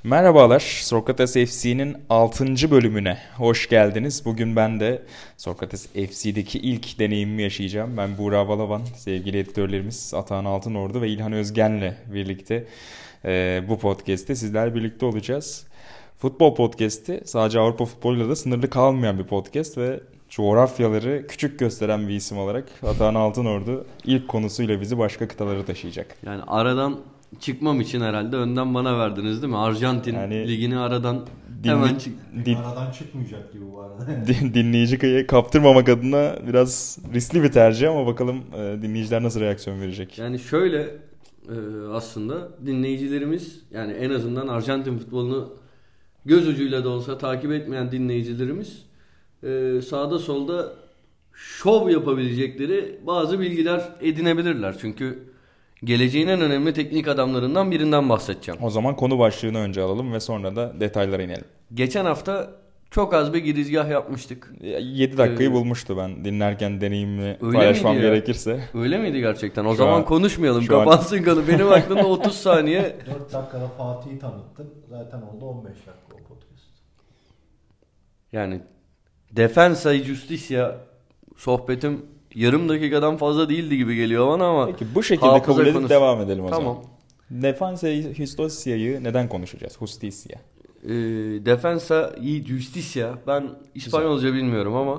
Merhabalar, Sokrates FC'nin 6. bölümüne hoş geldiniz. Bugün ben de Sokrates FC'deki ilk deneyimimi yaşayacağım. Ben Buğra Balaban, sevgili editörlerimiz Atahan Altınordu ve İlhan Özgen'le birlikte bu podcast'te sizlerle birlikte olacağız. Futbol podcast'i sadece Avrupa futboluyla da sınırlı kalmayan bir podcast ve coğrafyaları küçük gösteren bir isim olarak Atahan Altınordu ilk konusuyla bizi başka kıtalara taşıyacak. Yani aradan çıkmam için herhalde önden bana verdiniz değil mi? Arjantin ligini aradan hemen aradan çıkmayacak gibi bu arada. Dinleyici kaptırmamak adına biraz riskli bir tercih ama bakalım dinleyiciler nasıl reaksiyon verecek. Yani şöyle aslında dinleyicilerimiz, yani en azından Arjantin futbolunu göz ucuyla da olsa takip etmeyen dinleyicilerimiz sağda solda şov yapabilecekleri bazı bilgiler edinebilirler. Çünkü geleceğin en önemli teknik adamlarından birinden bahsedeceğim. O zaman konu başlığını önce alalım ve sonra da detaylara inelim. Geçen hafta çok az bir girizgah yapmıştık. 7 dakikayı bulmuştu ben dinlerken, deneyimimi paylaşmam gerekirse. Öyle miydi gerçekten? O zaman konuşmayalım. Kapansın konu. Benim aklımda 30 saniye. 4 dakikada Fatih'i tanıttın. Zaten oldu 15 dakika o podcast. Yani Defensa y Justicia sohbetim yarım dakikadan fazla değildi gibi geliyor bana ama. Peki bu şekilde kabul edip devam edelim o tamam. zaman. Defensa y Justicia'yı neden konuşacağız? Justicia. Defensa y Justicia. Ben İspanyolca bilmiyorum ama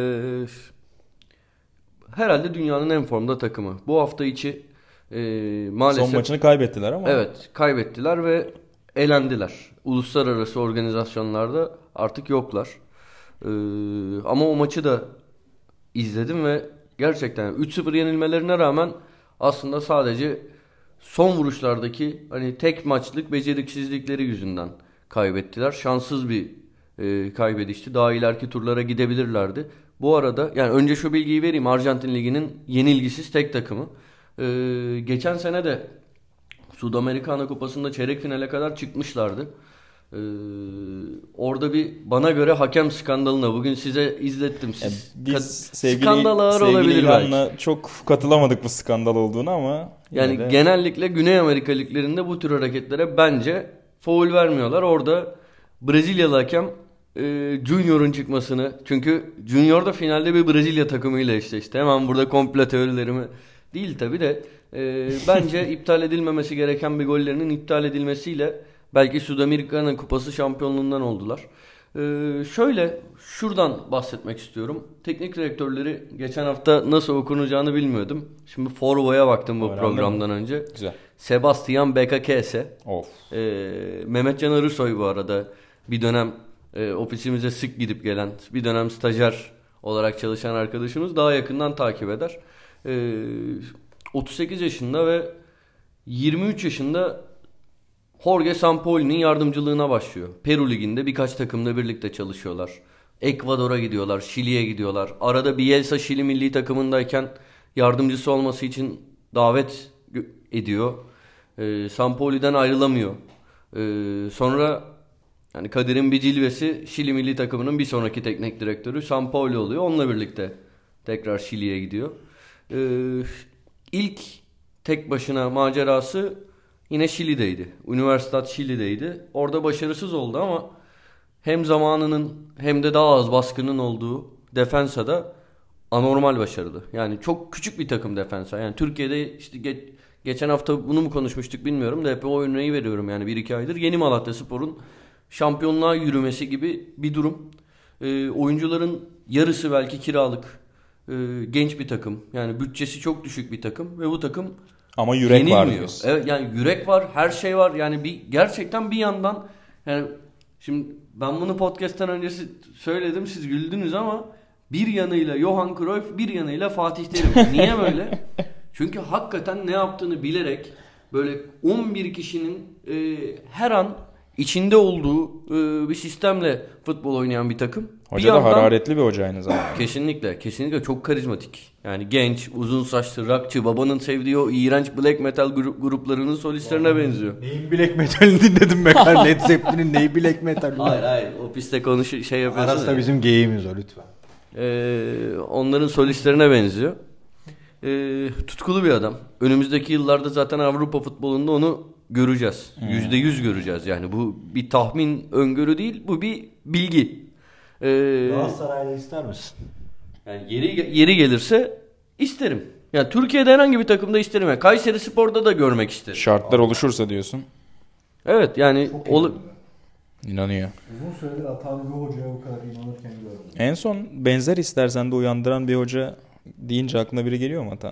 herhalde dünyanın en formda takımı. Bu hafta içi maalesef son maçını kaybettiler ama. Evet, kaybettiler ve elendiler. Uluslararası organizasyonlarda artık yoklar. Ama o maçı da izledim ve gerçekten 3-0 yenilmelerine rağmen aslında sadece son vuruşlardaki hani tek maçlık beceriksizlikleri yüzünden kaybettiler. Şanssız bir kaybedişti. Daha ileriki turlara gidebilirlerdi. Bu arada yani önce şu bilgiyi vereyim. Arjantin Ligi'nin yenilgisiz tek takımı. Geçen sene de Sudamericana Kupası'nda çeyrek finale kadar çıkmışlardı. Orada bir bana göre hakem skandalına bugün size izlettim. Biz skandal ağır olabilir belki. Çok katılamadık bu skandal olduğunu ama yani genellikle Güney Amerika liglerinde bu tür hareketlere bence faul vermiyorlar. Orada Brezilyalı hakem Junior'un çıkmasını, çünkü Junior da finalde bir Brezilya takımıyla eşleşti. Hemen burada komplo teorilerimi değil tabi de bence iptal edilmemesi gereken bir gollerinin iptal edilmesiyle belki Sudamericana Kupası şampiyonluğundan oldular. Şöyle şuradan bahsetmek istiyorum. Teknik direktörleri geçen hafta nasıl okunacağını bilmiyordum. Şimdi Forvo'ya baktım bu programdan önce. Güzel. Sebastian Becacese. Of. Mehmetcan Arısoy bu arada bir dönem ofisimize sık gidip gelen, bir dönem stajyer olarak çalışan arkadaşımız, daha yakından takip eder. 38 yaşında ve 23 yaşında Jorge Sampaoli'nin yardımcılığına başlıyor. Peru Ligi'nde birkaç takımla birlikte çalışıyorlar. Ekvador'a gidiyorlar, Şili'ye gidiyorlar. Arada Bielsa Şili milli takımındayken yardımcısı olması için davet ediyor. Sampaoli'den ayrılamıyor. Sonra yani kaderin bir cilvesi, Şili milli takımının bir sonraki teknik direktörü Sampaoli oluyor. Onunla birlikte tekrar Şili'ye gidiyor. İlk tek başına macerası yine Şili'deydi. Universidad Şili'deydi. Orada başarısız oldu ama hem zamanının hem de daha az baskının olduğu Defensa'da anormal başarılı. Yani çok küçük bir takım Defensa. Yani Türkiye'de işte geçen hafta bunu mu konuşmuştuk bilmiyorum da hep o örneği veriyorum yani 1-2 aydır. Yeni Malatyaspor'un şampiyonluğa yürümesi gibi bir durum. Oyuncuların yarısı belki kiralık. Genç bir takım. Yani bütçesi çok düşük bir takım ve bu takım ama yürek yenilmiyor. var diyorsun. Evet, yani yürek var, her şey var. Yani gerçekten bir yandan yani şimdi ben bunu podcast'ten öncesi söyledim, siz güldünüz ama bir yanıyla Johan Cruyff, bir yanıyla Fatih Terim. Niye böyle? Çünkü hakikaten ne yaptığını bilerek böyle 11 kişinin her an içinde olduğu bir sistemle futbol oynayan bir takım. Hoca da hararetli bir hoca aynı zamanda. Kesinlikle çok karizmatik. Yani genç, uzun saçlı, rockçı, babanın sevdiği o iğrenç black metal gruplarının solistlerine benziyor. Neyin black metalini dinledim be kardeşim? Led Zeppelin'in neyi black metal? Hayır. O piste yapıyorsun. Arasında bizim geyiğimiz o lütfen. Onların solistlerine benziyor. Tutkulu bir adam. Önümüzdeki yıllarda zaten Avrupa futbolunda onu göreceğiz. %100 göreceğiz. Yani bu bir tahmin, öngörü değil, bu bir bilgi. Galatasaray'da ister misin? Yani yeri gelirse isterim. Yani Türkiye'de herhangi bir takımda isterim. Yani Kayserispor'da da görmek isterim. Şartlar oluşursa diyorsun. Evet yani İnanıyor. Uzun süredir Atan bir hocaya bu kadar inanırken görmedim. En son benzer istersen de uyandıran bir hoca deyince aklına biri geliyor mu Atan?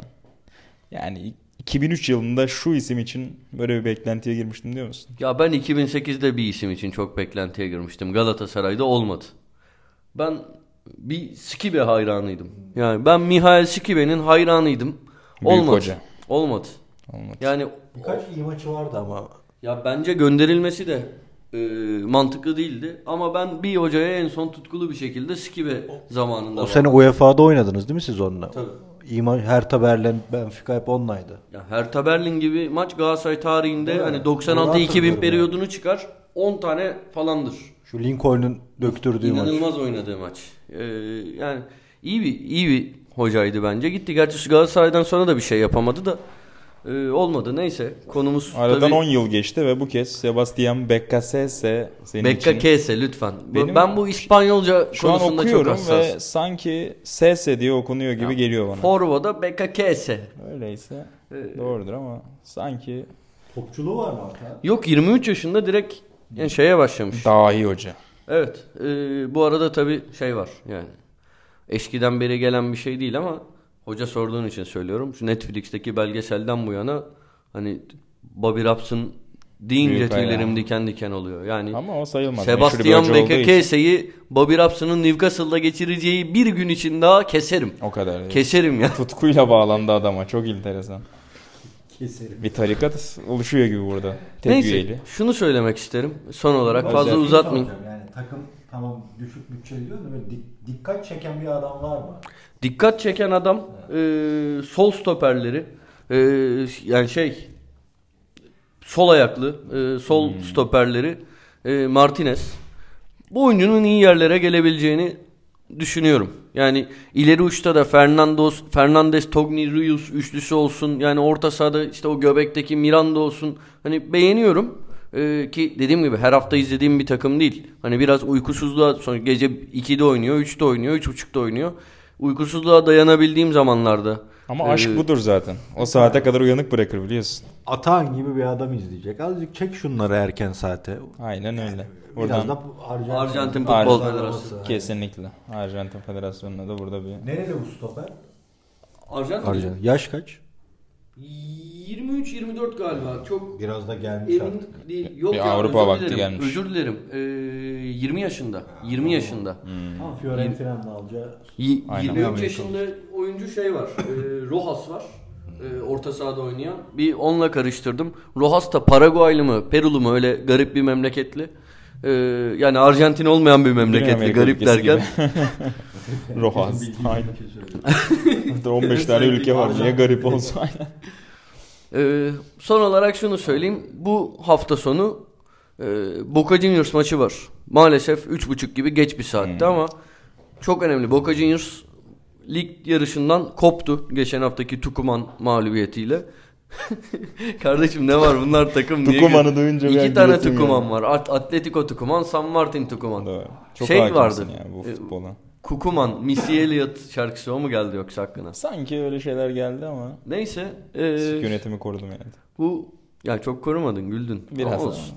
Yani 2003 yılında şu isim için böyle bir beklentiye girmiştim diyor musun? ya ben 2008'de bir isim için çok beklentiye girmiştim. Galatasaray'da olmadı. Ben bir Skibe hayranıydım. Yani ben Mihail Skibe'nin hayranıydım. Büyük Olmadı. hoca. Olmadı. Yani Birkaç iyi maçı vardı ama ya bence gönderilmesi de mantıklı değildi. Ama ben bir hocaya en son tutkulu bir şekilde Skibe zamanında o sene UEFA'da oynadınız değil mi siz onunla? Tabii. İyi maç, Hertha Berlin, Benfica hep onlaydı. Ya Hertha Berlin gibi maç Galatasaray tarihinde Değil mi? hani Doğru 96-2000 hatırlıyorum periyodunu çıkar 10 tane falandır. Şu Lincoln'un döktürdüğü maç. İnanılmaz oynadığı maç. Yani iyi bir hocaydı bence. Gitti gerçi Galatasaray'dan sonra da bir şey yapamadı da olmadı. Neyse konumuz Aradan tabii 10 yıl geçti ve bu kez Sebastian Beccacece senin Becca için. Kese lütfen. Benim- Ben bu İspanyolca Şu an konusunda çok okuyorum hassas. ve sanki Sese diye okunuyor gibi geliyor bana. Forvo'da Becca Kese. Öyleyse doğrudur ama sanki Topçuluğu var mı Atan? Yok 23 yaşında direkt yani şeye başlamış. dahi hoca. Evet. Bu arada tabii şey var yani. Eskiden beri gelen bir şey değil ama hoca sorduğun için söylüyorum. Şu Netflix'teki belgeselden bu yana hani Bobby Robson deyince Büyük tüylerim hayran. diken diken oluyor. Yani Ama o sayılmaz. Meşhur bir Sebastian hoca olduğu için. Beccacese'yi Bobby Robson'un Newcastle'da geçireceği bir gün için daha keserim. O kadar değil. Keserim ya. Tutkuyla bağlandı adama. Çok enteresan. Keserim. Bir tarikat oluşuyor gibi burada. Tek Neyse üyeli. şunu söylemek isterim. Son olarak fazla Özel- uzatmayayım. Yani takım tamam düşük bütçeli diyor da böyle dikkat çeken bir adam var mı? Dikkat çeken adam sol stoperleri yani sol ayaklı sol stoperleri Martinez. Bu oyuncunun iyi yerlere gelebileceğini düşünüyorum. Yani ileri uçta da Fernandes, Togni, Rius üçlüsü olsun. Yani orta sahada işte o göbekteki Miranda olsun. Hani beğeniyorum. Ki dediğim gibi her hafta izlediğim bir takım değil. Hani biraz uykusuzluğa sonra gece 2'de oynuyor, 3'te oynuyor, 3.30'da oynuyor. Uykusuzluğa dayanabildiğim zamanlarda. Ama aşk budur zaten. O saate kadar uyanık bırakır biliyorsun. Atan gibi bir adam izleyecek. Azıcık çek şunları erken saate. Aynen öyle. Biraz Buradan da Arjantin Futbol Arjantin Federasyonu. kesinlikle. Arjantin Federasyonu'na da burada bir... Nerede bu stoper? Arjantin. Yaş kaç? 23-24 galiba. Çok Biraz da gelmiş emin artık. değil. Yok Bir ya, Avrupa özür vakti dilerim. gelmiş. Özür dilerim. 20 yaşında. 20 yaşında. Ama Fiorentina'nın alacağı Aynen. 23 yaşında oyuncu şey var. Rojas var. Orta sahada oynayan. Bir onunla karıştırdım. Rojas da Paraguaylı mı, Perulu mu öyle garip bir memleketli. Yani Arjantin olmayan bir memleketli. Amerika Garip ülkesi derken. gibi. Rojas. Aynen. 15 tane ülke var. Niye garip olsun? Aynen. Son olarak şunu söyleyeyim. Bu hafta sonu Boca Juniors maçı var. Maalesef 3.30 gibi geç bir saatte ama çok önemli. Boca Juniors lig yarışından koptu. Geçen haftaki Tucumán mağlubiyetiyle. Kardeşim ne var bunlar takım niye? Tucumán'ı duyunca bir İki tane gülesim Tucumán geldi. var. Atletico Tucumán, San Martin Tucumán. Doğru. Çok Şey hakimsin vardı. ya bu futbola. Kukuman, Missy Elliott şarkısı o mu geldi yoksa aklına? Sanki öyle şeyler geldi ama Neyse. yönetimi korudum yani. Bu ya çok korumadın, güldün. Biraz Ama olsun.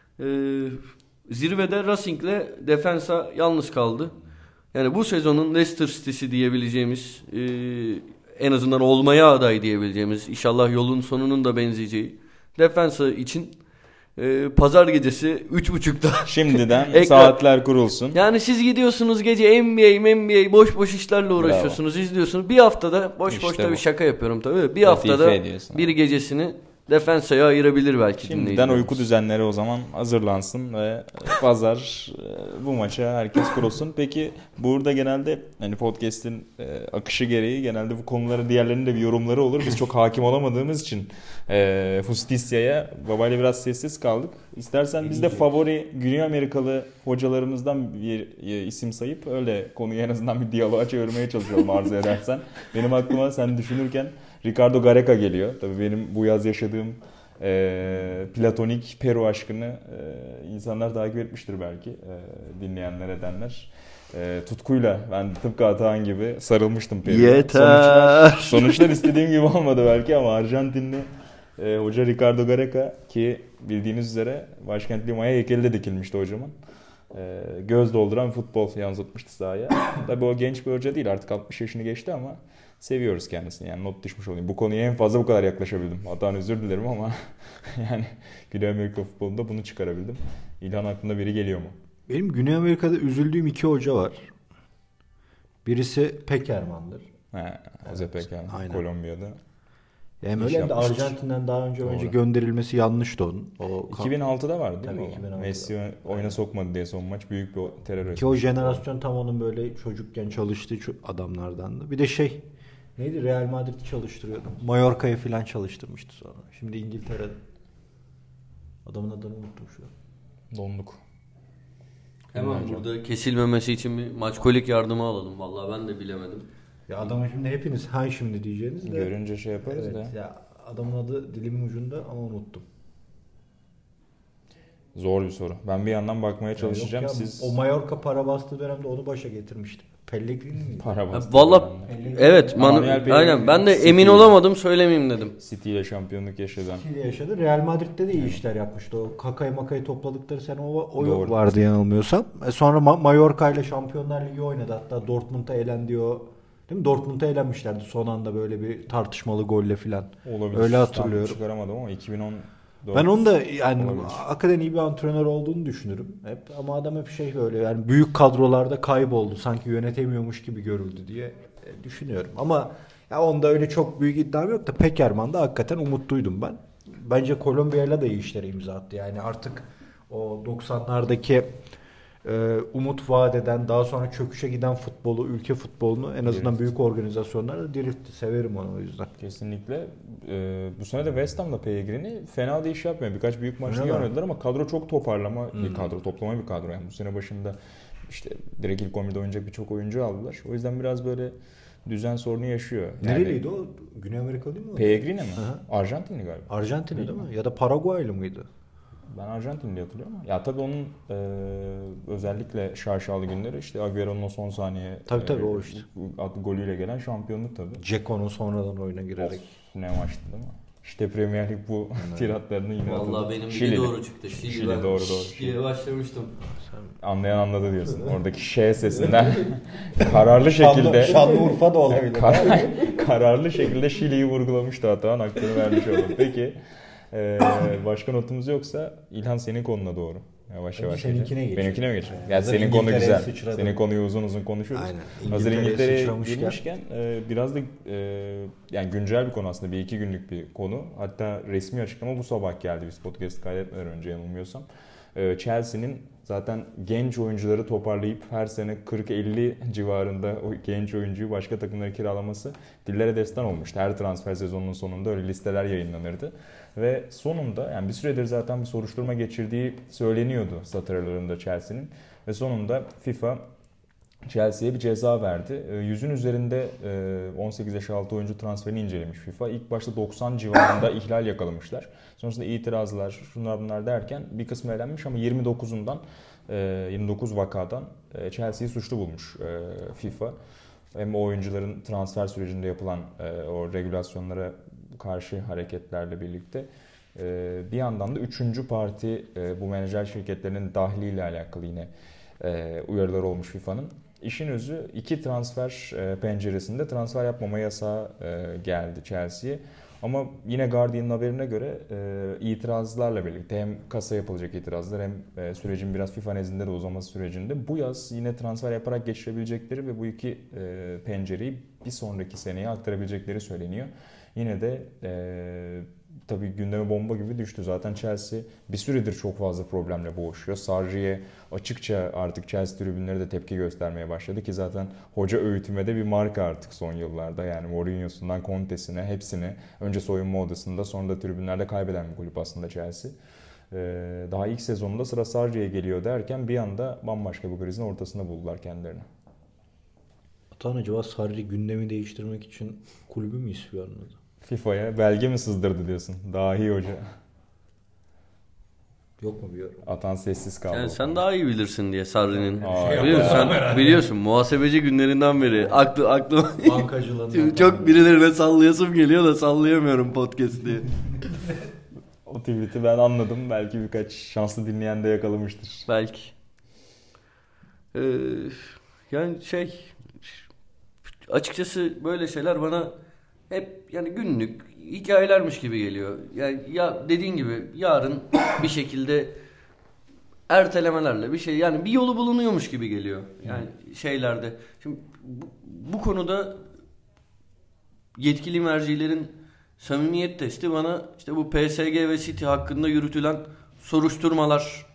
Zirvede Racing'le Defensa yalnız kaldı. Yani bu sezonun Leicester City'si diyebileceğimiz en azından olmaya aday diyebileceğimiz inşallah yolun sonunun da benzeyeceği Defensa için pazar gecesi 3.30'da Şimdiden saatler kurulsun. yani siz gidiyorsunuz gece NBA boş boş işlerle uğraşıyorsunuz, izliyorsunuz. Bir haftada boş İşte boş da bu. bir şaka yapıyorum tabii. Bir Latife haftada ediyorsun. bir gecesini Defensa'ya ayırabilir belki Şimdiden dinleyicilerimiz. uyku düzenleri o zaman hazırlansın ve pazar bu maça herkes kurulsun. Peki burada genelde hani podcast'in akışı gereği genelde bu konulara diğerlerinin de bir yorumları olur. Biz çok hakim olamadığımız için Justicia'ya babayla biraz sessiz kaldık. İstersen biz de favori Güney Amerikalı hocalarımızdan bir isim sayıp öyle konuyu en azından bir diyaloğa çevirmeye çalışalım arzu edersen. Benim aklıma sen düşünürken Ricardo Gareca geliyor. Tabii benim bu yaz yaşadığım Platonik Peru aşkını insanlar takip etmiştir belki, dinleyenler edenler. Tutkuyla ben tıpkı Atahan gibi sarılmıştım Peru'ya. Yeter. Sonuçlar istediğim gibi olmadı belki ama Arjantinli hoca Ricardo Gareca, ki bildiğiniz üzere başkent Lima'ya heykeli de dikilmişti hocamın. Göz dolduran futbol yansıtmıştı sahaya. Tabii o genç bir hoca değil, artık 60 yaşını geçti ama seviyoruz kendisini. Yani not düşmüş olayım. Bu konuya en fazla bu kadar yaklaşabildim. Hatta özür dilerim ama yani Güney Amerika futbolunda bunu çıkarabildim. İlhan aklında biri geliyor mu? Benim Güney Amerika'da üzüldüğüm 2 hoca var. Birisi Pekerman'dır. Jose Pekerman, Kolombiya'da. Hem öyle hem de Arjantin'den daha önce gönderilmesi yanlıştı onun. 2006'da vardı değil mi? O? Messi oyuna sokmadı diye son maç büyük bir terör. Ki o jenerasyon tam onun böyle çocukken çalıştığı adamlardandı. Bir de neydi, Real Madrid'i çalıştırıyordu. Mallorca'yı falan çalıştırmıştı sonra. Şimdi İngiltere'de. Adamın adını unuttum şu an. Donduk. Hemen burada kesilmemesi için bir maçkolik yardımı alalım. Vallahi ben de bilemedim. Ya adamın şimdi hepiniz şimdi diyeceğiniz de. Görünce yaparız evet, da. Ya adamın adı dilimin ucunda ama unuttum. Zor bir soru. Ben bir yandan bakmaya çalışacağım. Siz o Mallorca para bastığı dönemde onu başa getirmişti. Pellegrini miydi? Para bastı. Valla evet. Aynen. Ben de emin olamadım, söylemeyeyim dedim. City ile şampiyonluk yaşadı. Real Madrid'de de iyi işler yapmıştı. O Kaka'yı topladıkları sene o vardı yanılmıyorsam. Sonra Mallorca ile Şampiyonlar Ligi oynadı. Hatta Dortmund'a elendi o. Değil mi? Dortmund'a elenmişlerdi son anda böyle bir tartışmalı golle filan. Olabilir. Öyle hatırlıyorum. Tam çıkaramadım ama 2010. Ben onu da yani hakikaten iyi bir antrenör olduğunu düşünürüm hep, ama adam hep böyle yani büyük kadrolarda kayboldu, sanki yönetemiyormuş gibi görüldü diye düşünüyorum. Ama ya onda öyle çok büyük iddiam yok da Pekerman'da hakikaten umutluydum ben. Bence Kolombiya'yla da iyi işlere imza attı. Yani artık o 90'lardaki umut vaat eden, daha sonra çöküşe giden futbolu, ülke futbolunu en azından büyük organizasyonlarda diriltti. Severim onu o yüzden. Kesinlikle. Bu sene de West Ham'da Pellegrini fena da iş yapmıyor. Birkaç büyük maçta görmediler ama kadro çok toparlama bir kadro, toplama bir kadro. Yani bu sene başında işte direkt ilk 11'de oynayacak birçok oyuncu aldılar. O yüzden biraz böyle düzen sorunu yaşıyor. Yani, nereliydi o? Güney Amerika değil mi? Pellegrini mi? Arjantinli galiba. Arjantinli değil mi? Ya da Paraguaylı mıydı? Ben Arjantinli diye hatırlıyorum ama. Ya tabii onun özellikle şaşalı günleri işte Agüero'nun o son saniye tabii o işte. Golüyle gelen şampiyonluk tabii. Ceko'nun sonradan oyuna girerek. Ne maçtı değil mi? İşte Premier Lig bu tiratlarını yine atıldı. Vallahi benim Şili doğru çıktı. Şili doğru. Şili'ye başlamıştım. Anlayan anladı diyorsun. Oradaki sesinden kararlı şekilde Şanlıurfa da olabilir. Kararlı şekilde Şili'yi vurgulamıştı, hatta hakkını vermiş oldum. Peki başka notumuz yoksa İlhan senin konuna doğru. Yavaş yavaş. Seninkine geçelim. Benimkine mi geçelim? Yani senin konu güzel. Senin konuyu uzun konuşuruz. Aynen. Hazır İngiltere'ye girmişken biraz da yani güncel bir konu aslında. 1-2 günlük bir konu. Hatta resmi açıklama bu sabah geldi biz podcast kaydetmeden önce yanılmıyorsam. Chelsea'nin zaten genç oyuncuları toparlayıp her sene 40-50 civarında o genç oyuncuyu başka takımlara kiralaması dillere destan olmuştu. Her transfer sezonunun sonunda öyle listeler yayınlanırdı. Ve sonunda yani bir süredir zaten bir soruşturma geçirdiği söyleniyordu satır aralarında Chelsea'nin. Ve sonunda FIFA Chelsea'ye bir ceza verdi. 100'ün üzerinde 18 yaş altı oyuncu transferini incelemiş FIFA. İlk başta 90 civarında ihlal yakalamışlar. Sonrasında itirazlar, şunlar bunlar derken bir kısmı elenmiş ama 29 vakadan Chelsea'yi suçlu bulmuş FIFA. Hem o oyuncuların transfer sürecinde yapılan o regülasyonlara karşı hareketlerle birlikte bir yandan da üçüncü parti bu menajer şirketlerinin dahliyle alakalı yine uyarılar olmuş FIFA'nın. İşin özü 2 transfer penceresinde transfer yapmama yasağı geldi Chelsea'ye. Ama yine Guardian'ın haberine göre itirazlarla birlikte hem kasa yapılacak itirazlar hem sürecin biraz FIFA nezdinde de uzaması sürecinde bu yaz yine transfer yaparak geçirebilecekleri ve bu iki pencereyi bir sonraki seneye aktarabilecekleri söyleniyor. Yine de tabii gündeme bomba gibi düştü. Zaten Chelsea bir süredir çok fazla problemle boğuşuyor. Sarri'ye açıkça artık Chelsea tribünleri de tepki göstermeye başladı ki zaten hoca öğütmede bir marka artık son yıllarda. Yani Mourinho'sundan Conte'sine hepsini önce soyunma odasında sonra da tribünlerde kaybeden bir kulüp aslında Chelsea. Daha ilk sezonunda sıra Sarri'ye geliyor derken bir anda bambaşka bir krizin ortasında buldular kendilerini. Atan acaba Sarri gündemi değiştirmek için kulübü mü ispiyonladı? FIFA'ya belge mi sızdırdı diyorsun? Dahi hoca. Yok mu bir yorum? Atan sessiz kaldı. Yani sen daha iyi bilirsin diye Sarri'nin. Aa, Biliyorsun, sen biliyorsun muhasebeci günlerinden beri aklı Bankacılığından. çok birilerine sallayasım geliyor da sallayamıyorum podcast diye. O tweet'i ben anladım. Belki birkaç şanslı dinleyen de yakalamıştır. Belki. Yani açıkçası böyle şeyler bana hep yani günlük hikayelermiş gibi geliyor. Yani ya dediğin gibi yarın bir şekilde ertelemelerle bir şey yani bir yolu bulunuyormuş gibi geliyor. Yani şeylerde. Şimdi bu konuda yetkili mercilerin samimiyet testi bana işte bu PSG ve City hakkında yürütülen soruşturmalar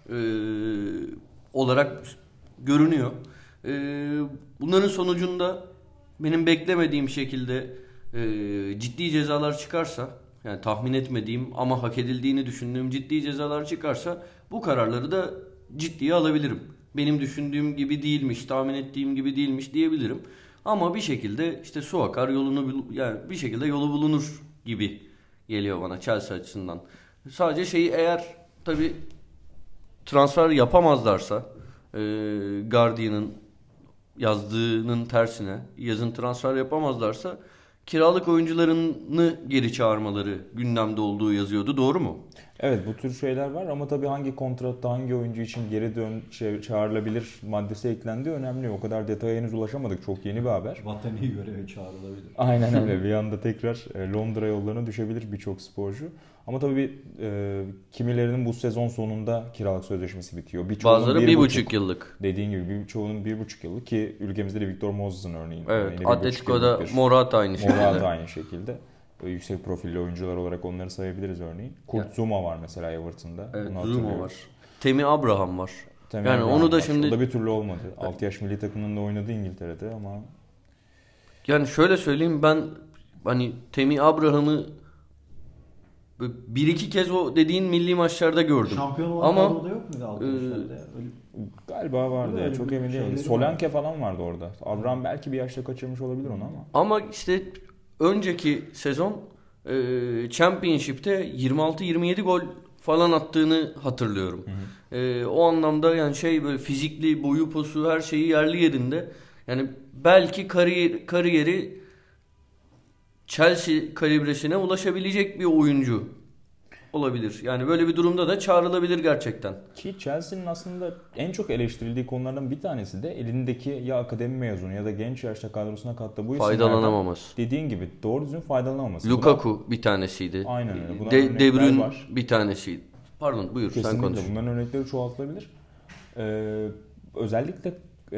olarak görünüyor. Bunların sonucunda benim beklemediğim şekilde ciddi cezalar çıkarsa, yani tahmin etmediğim ama hak edildiğini düşündüğüm ciddi cezalar çıkarsa bu kararları da ciddiye alabilirim. Benim düşündüğüm gibi değilmiş, tahmin ettiğim gibi değilmiş diyebilirim. Ama bir şekilde işte su akar yani bir şekilde yolu bulunur gibi geliyor bana Chelsea açısından. Sadece eğer tabii transfer yapamazlarsa Guardian'ın yazdığının tersine yazın transfer yapamazlarsa kiralık oyuncularını geri çağırmaları gündemde olduğu yazıyordu. Doğru mu? Evet, bu tür şeyler var ama tabii hangi kontratta hangi oyuncu için geri çağrılabilir maddesi eklendiği önemli. O kadar detaya henüz ulaşamadık. Çok yeni bir haber. Vatani göreve çağrılabilir. Aynen öyle. Bir anda tekrar Londra yollarına düşebilir birçok sporcu. Ama tabii kimilerinin bu sezon sonunda kiralık sözleşmesi bitiyor. Bazıları 1,5 yıllık. Dediğin gibi birçoğunun 1,5 yıllık ki ülkemizde de Victor Moses'ın örneğin. Evet, Atletico'da Morata aynı şekilde. Morata aynı şekilde. Yüksek profilli oyuncular olarak onları sayabiliriz örneğin. Kurt Zouma var mesela Everton'da. Evet, Zouma var. Temi Abraham var. Yani Abraham onu da var. şimdi... O da bir türlü olmadı. 6 yaş milli takımında oynadı İngiltere'de ama... Yani şöyle söyleyeyim, ben hani Temi Abraham'ı bir iki kez o dediğin milli maçlarda gördüm. Şampiyon olan kadroda yok muydu 6 yaşlarda? Galiba vardı ya, çok emin değilim. Solanke falan vardı orada. Abraham belki bir yaşta kaçırmış olabilir onu ama. Ama işte önceki sezon Championship'te 26-27 gol falan attığını hatırlıyorum. O anlamda yani böyle fizikli, boyu posu her şeyi yerli yerinde. Yani belki kariyeri Chelsea kalibresine ulaşabilecek bir oyuncu olabilir. Yani böyle bir durumda da çağrılabilir gerçekten. Ki Chelsea'nin aslında en çok eleştirildiği konulardan bir tanesi de elindeki ya akademi mezunu ya da genç yaşta kadrosuna kattığı bu isimlerden faydalanamaması. Dediğin gibi doğru düzgün faydalanamaması. Lukaku bir tanesiydi. Aynen öyle. De Bruyne bir tanesiydi. Pardon, buyur. Kesinlikle. Sen konuş. Bunların örnekleri çoğaltılabilir. Özellikle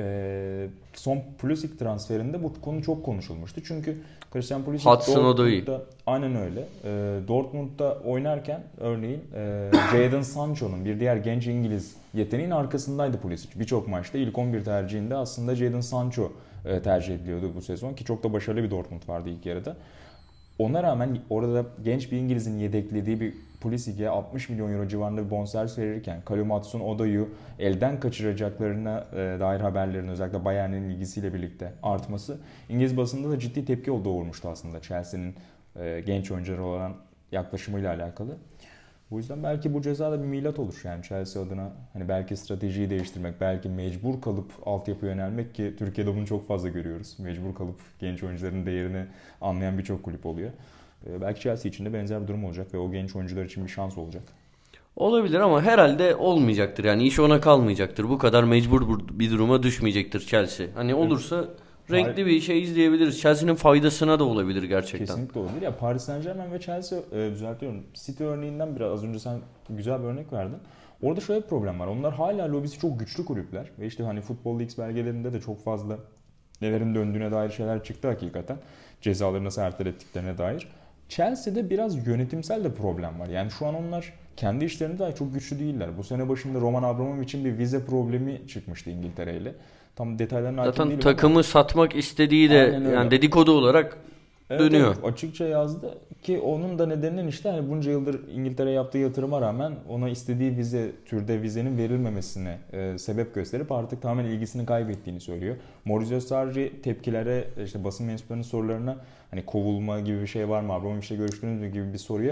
son Pulisic transferinde bu konu çok konuşulmuştu. Çünkü Christian Pulisic Dortmund'da aynen öyle. Dortmund'da oynarken örneğin Jadon Sancho'nun bir diğer genç İngiliz yeteneğin arkasındaydı Pulisic. Birçok maçta ilk 11 tercihinde aslında Jadon Sancho tercih ediliyordu bu sezon ki çok da başarılı bir Dortmund vardı ilk yarıda. Ona rağmen orada genç bir İngiliz'in yedeklediği bir Pulisic'e 60 milyon euro civarında bir bonservis verirken Callum Hudson-Odoi'yu elden kaçıracaklarına dair haberlerin özellikle Bayern'in ilgisiyle birlikte artması İngiliz basında da ciddi tepki doğurmuştu aslında Chelsea'nin genç oyuncuları olan yaklaşımıyla alakalı. Bu yüzden belki bu ceza da bir milat olur yani Chelsea adına. Hani belki stratejiyi değiştirmek, belki mecbur kalıp altyapıya yönelmek ki Türkiye'de bunu çok fazla görüyoruz. Mecbur kalıp genç oyuncuların değerini anlayan birçok kulüp oluyor. Belki Chelsea için de benzer bir durum olacak ve o genç oyuncular için bir şans olacak. Olabilir ama herhalde olmayacaktır. Yani iş ona kalmayacaktır. Bu kadar mecbur bir duruma düşmeyecektir Chelsea. Hani olursa renkli bir şey izleyebiliriz. Chelsea'nin faydasına da olabilir gerçekten. Kesinlikle olabilir. Ya Paris Saint-Germain ve Chelsea düzeltiyorum. City örneğinden biraz az önce sen güzel bir örnek verdin. Orada şöyle bir problem var. Onlar hala lobisi çok güçlü kulüpler ve işte hani Football Leagues belgelerinde de çok fazla nelerin döndüğüne dair şeyler çıktı hakikaten. Cezaları nasıl ertelettiklerine dair. Chelsea'de biraz yönetimsel de problem var. Yani şu an onlar kendi işlerinde dahi çok güçlü değiller. Bu sene başında Roman Abramovich'in bir vize problemi çıkmıştı İngiltere ile. Tam detaylarına hakim değilim. Zaten takımı satmak istediği de yani dedikodu olarak dönüyor. Evet, açıkça yazdı ki onun da nedeninin işte hani bunca yıldır İngiltere yaptığı yatırıma rağmen ona istediği vizenin verilmemesine sebep gösterip artık tamamen ilgisini kaybettiğini söylüyor. Maurizio Sarri tepkilere işte basın mensuplarının sorularına hani kovulma gibi bir şey var mı, Abramovich'le görüştüğünüz gibi bir soruya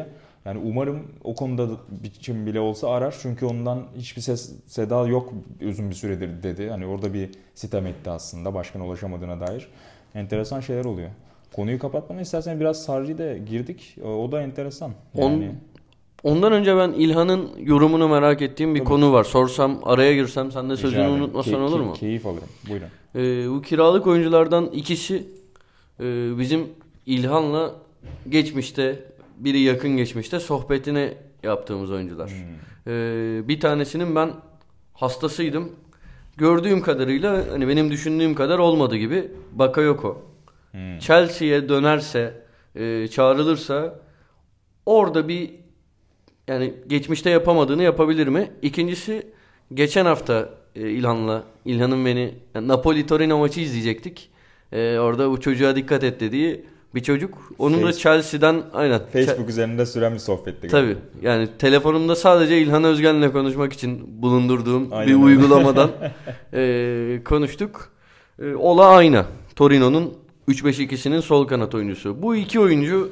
Yani umarım o konuda biçim bile olsa arar. Çünkü ondan hiçbir ses seda yok uzun bir süredir dedi. Hani orada bir sitem etti aslında başkana ulaşamadığına dair. Enteresan şeyler oluyor. Konuyu kapatmamı istersen biraz Sarri'ye de girdik. O da enteresan. Yani... Ondan önce ben İlhan'ın yorumunu merak ettiğim bir konu var. Sorsam, araya girsem, sen de sözünü unutmasan olur mu? Keyif alırım. Buyurun. Bu kiralık oyunculardan ikisi bizim İlhan'la geçmişte, biri yakın geçmişte sohbetini yaptığımız oyuncular. Bir tanesinin ben hastasıydım. Gördüğüm kadarıyla hani benim düşündüğüm kadar olmadı gibi. Bakayoko. Chelsea'ye dönerse, çağrılırsa orada bir yani geçmişte yapamadığını yapabilir mi? İkincisi geçen hafta İlhan'ın beni Napoli Torino maçı izleyecektik. Orada bu çocuğa dikkat et dediği bir çocuk. Onun da Chelsea'den aynen. Facebook üzerinde süren bir sohbetti. Tabii. Yani telefonumda sadece İlhan Özgen'le konuşmak için bulundurduğum bir uygulamadan konuştuk. Ola aynı. Torino'nun 3-5-2'sinin sol kanat oyuncusu. Bu iki oyuncu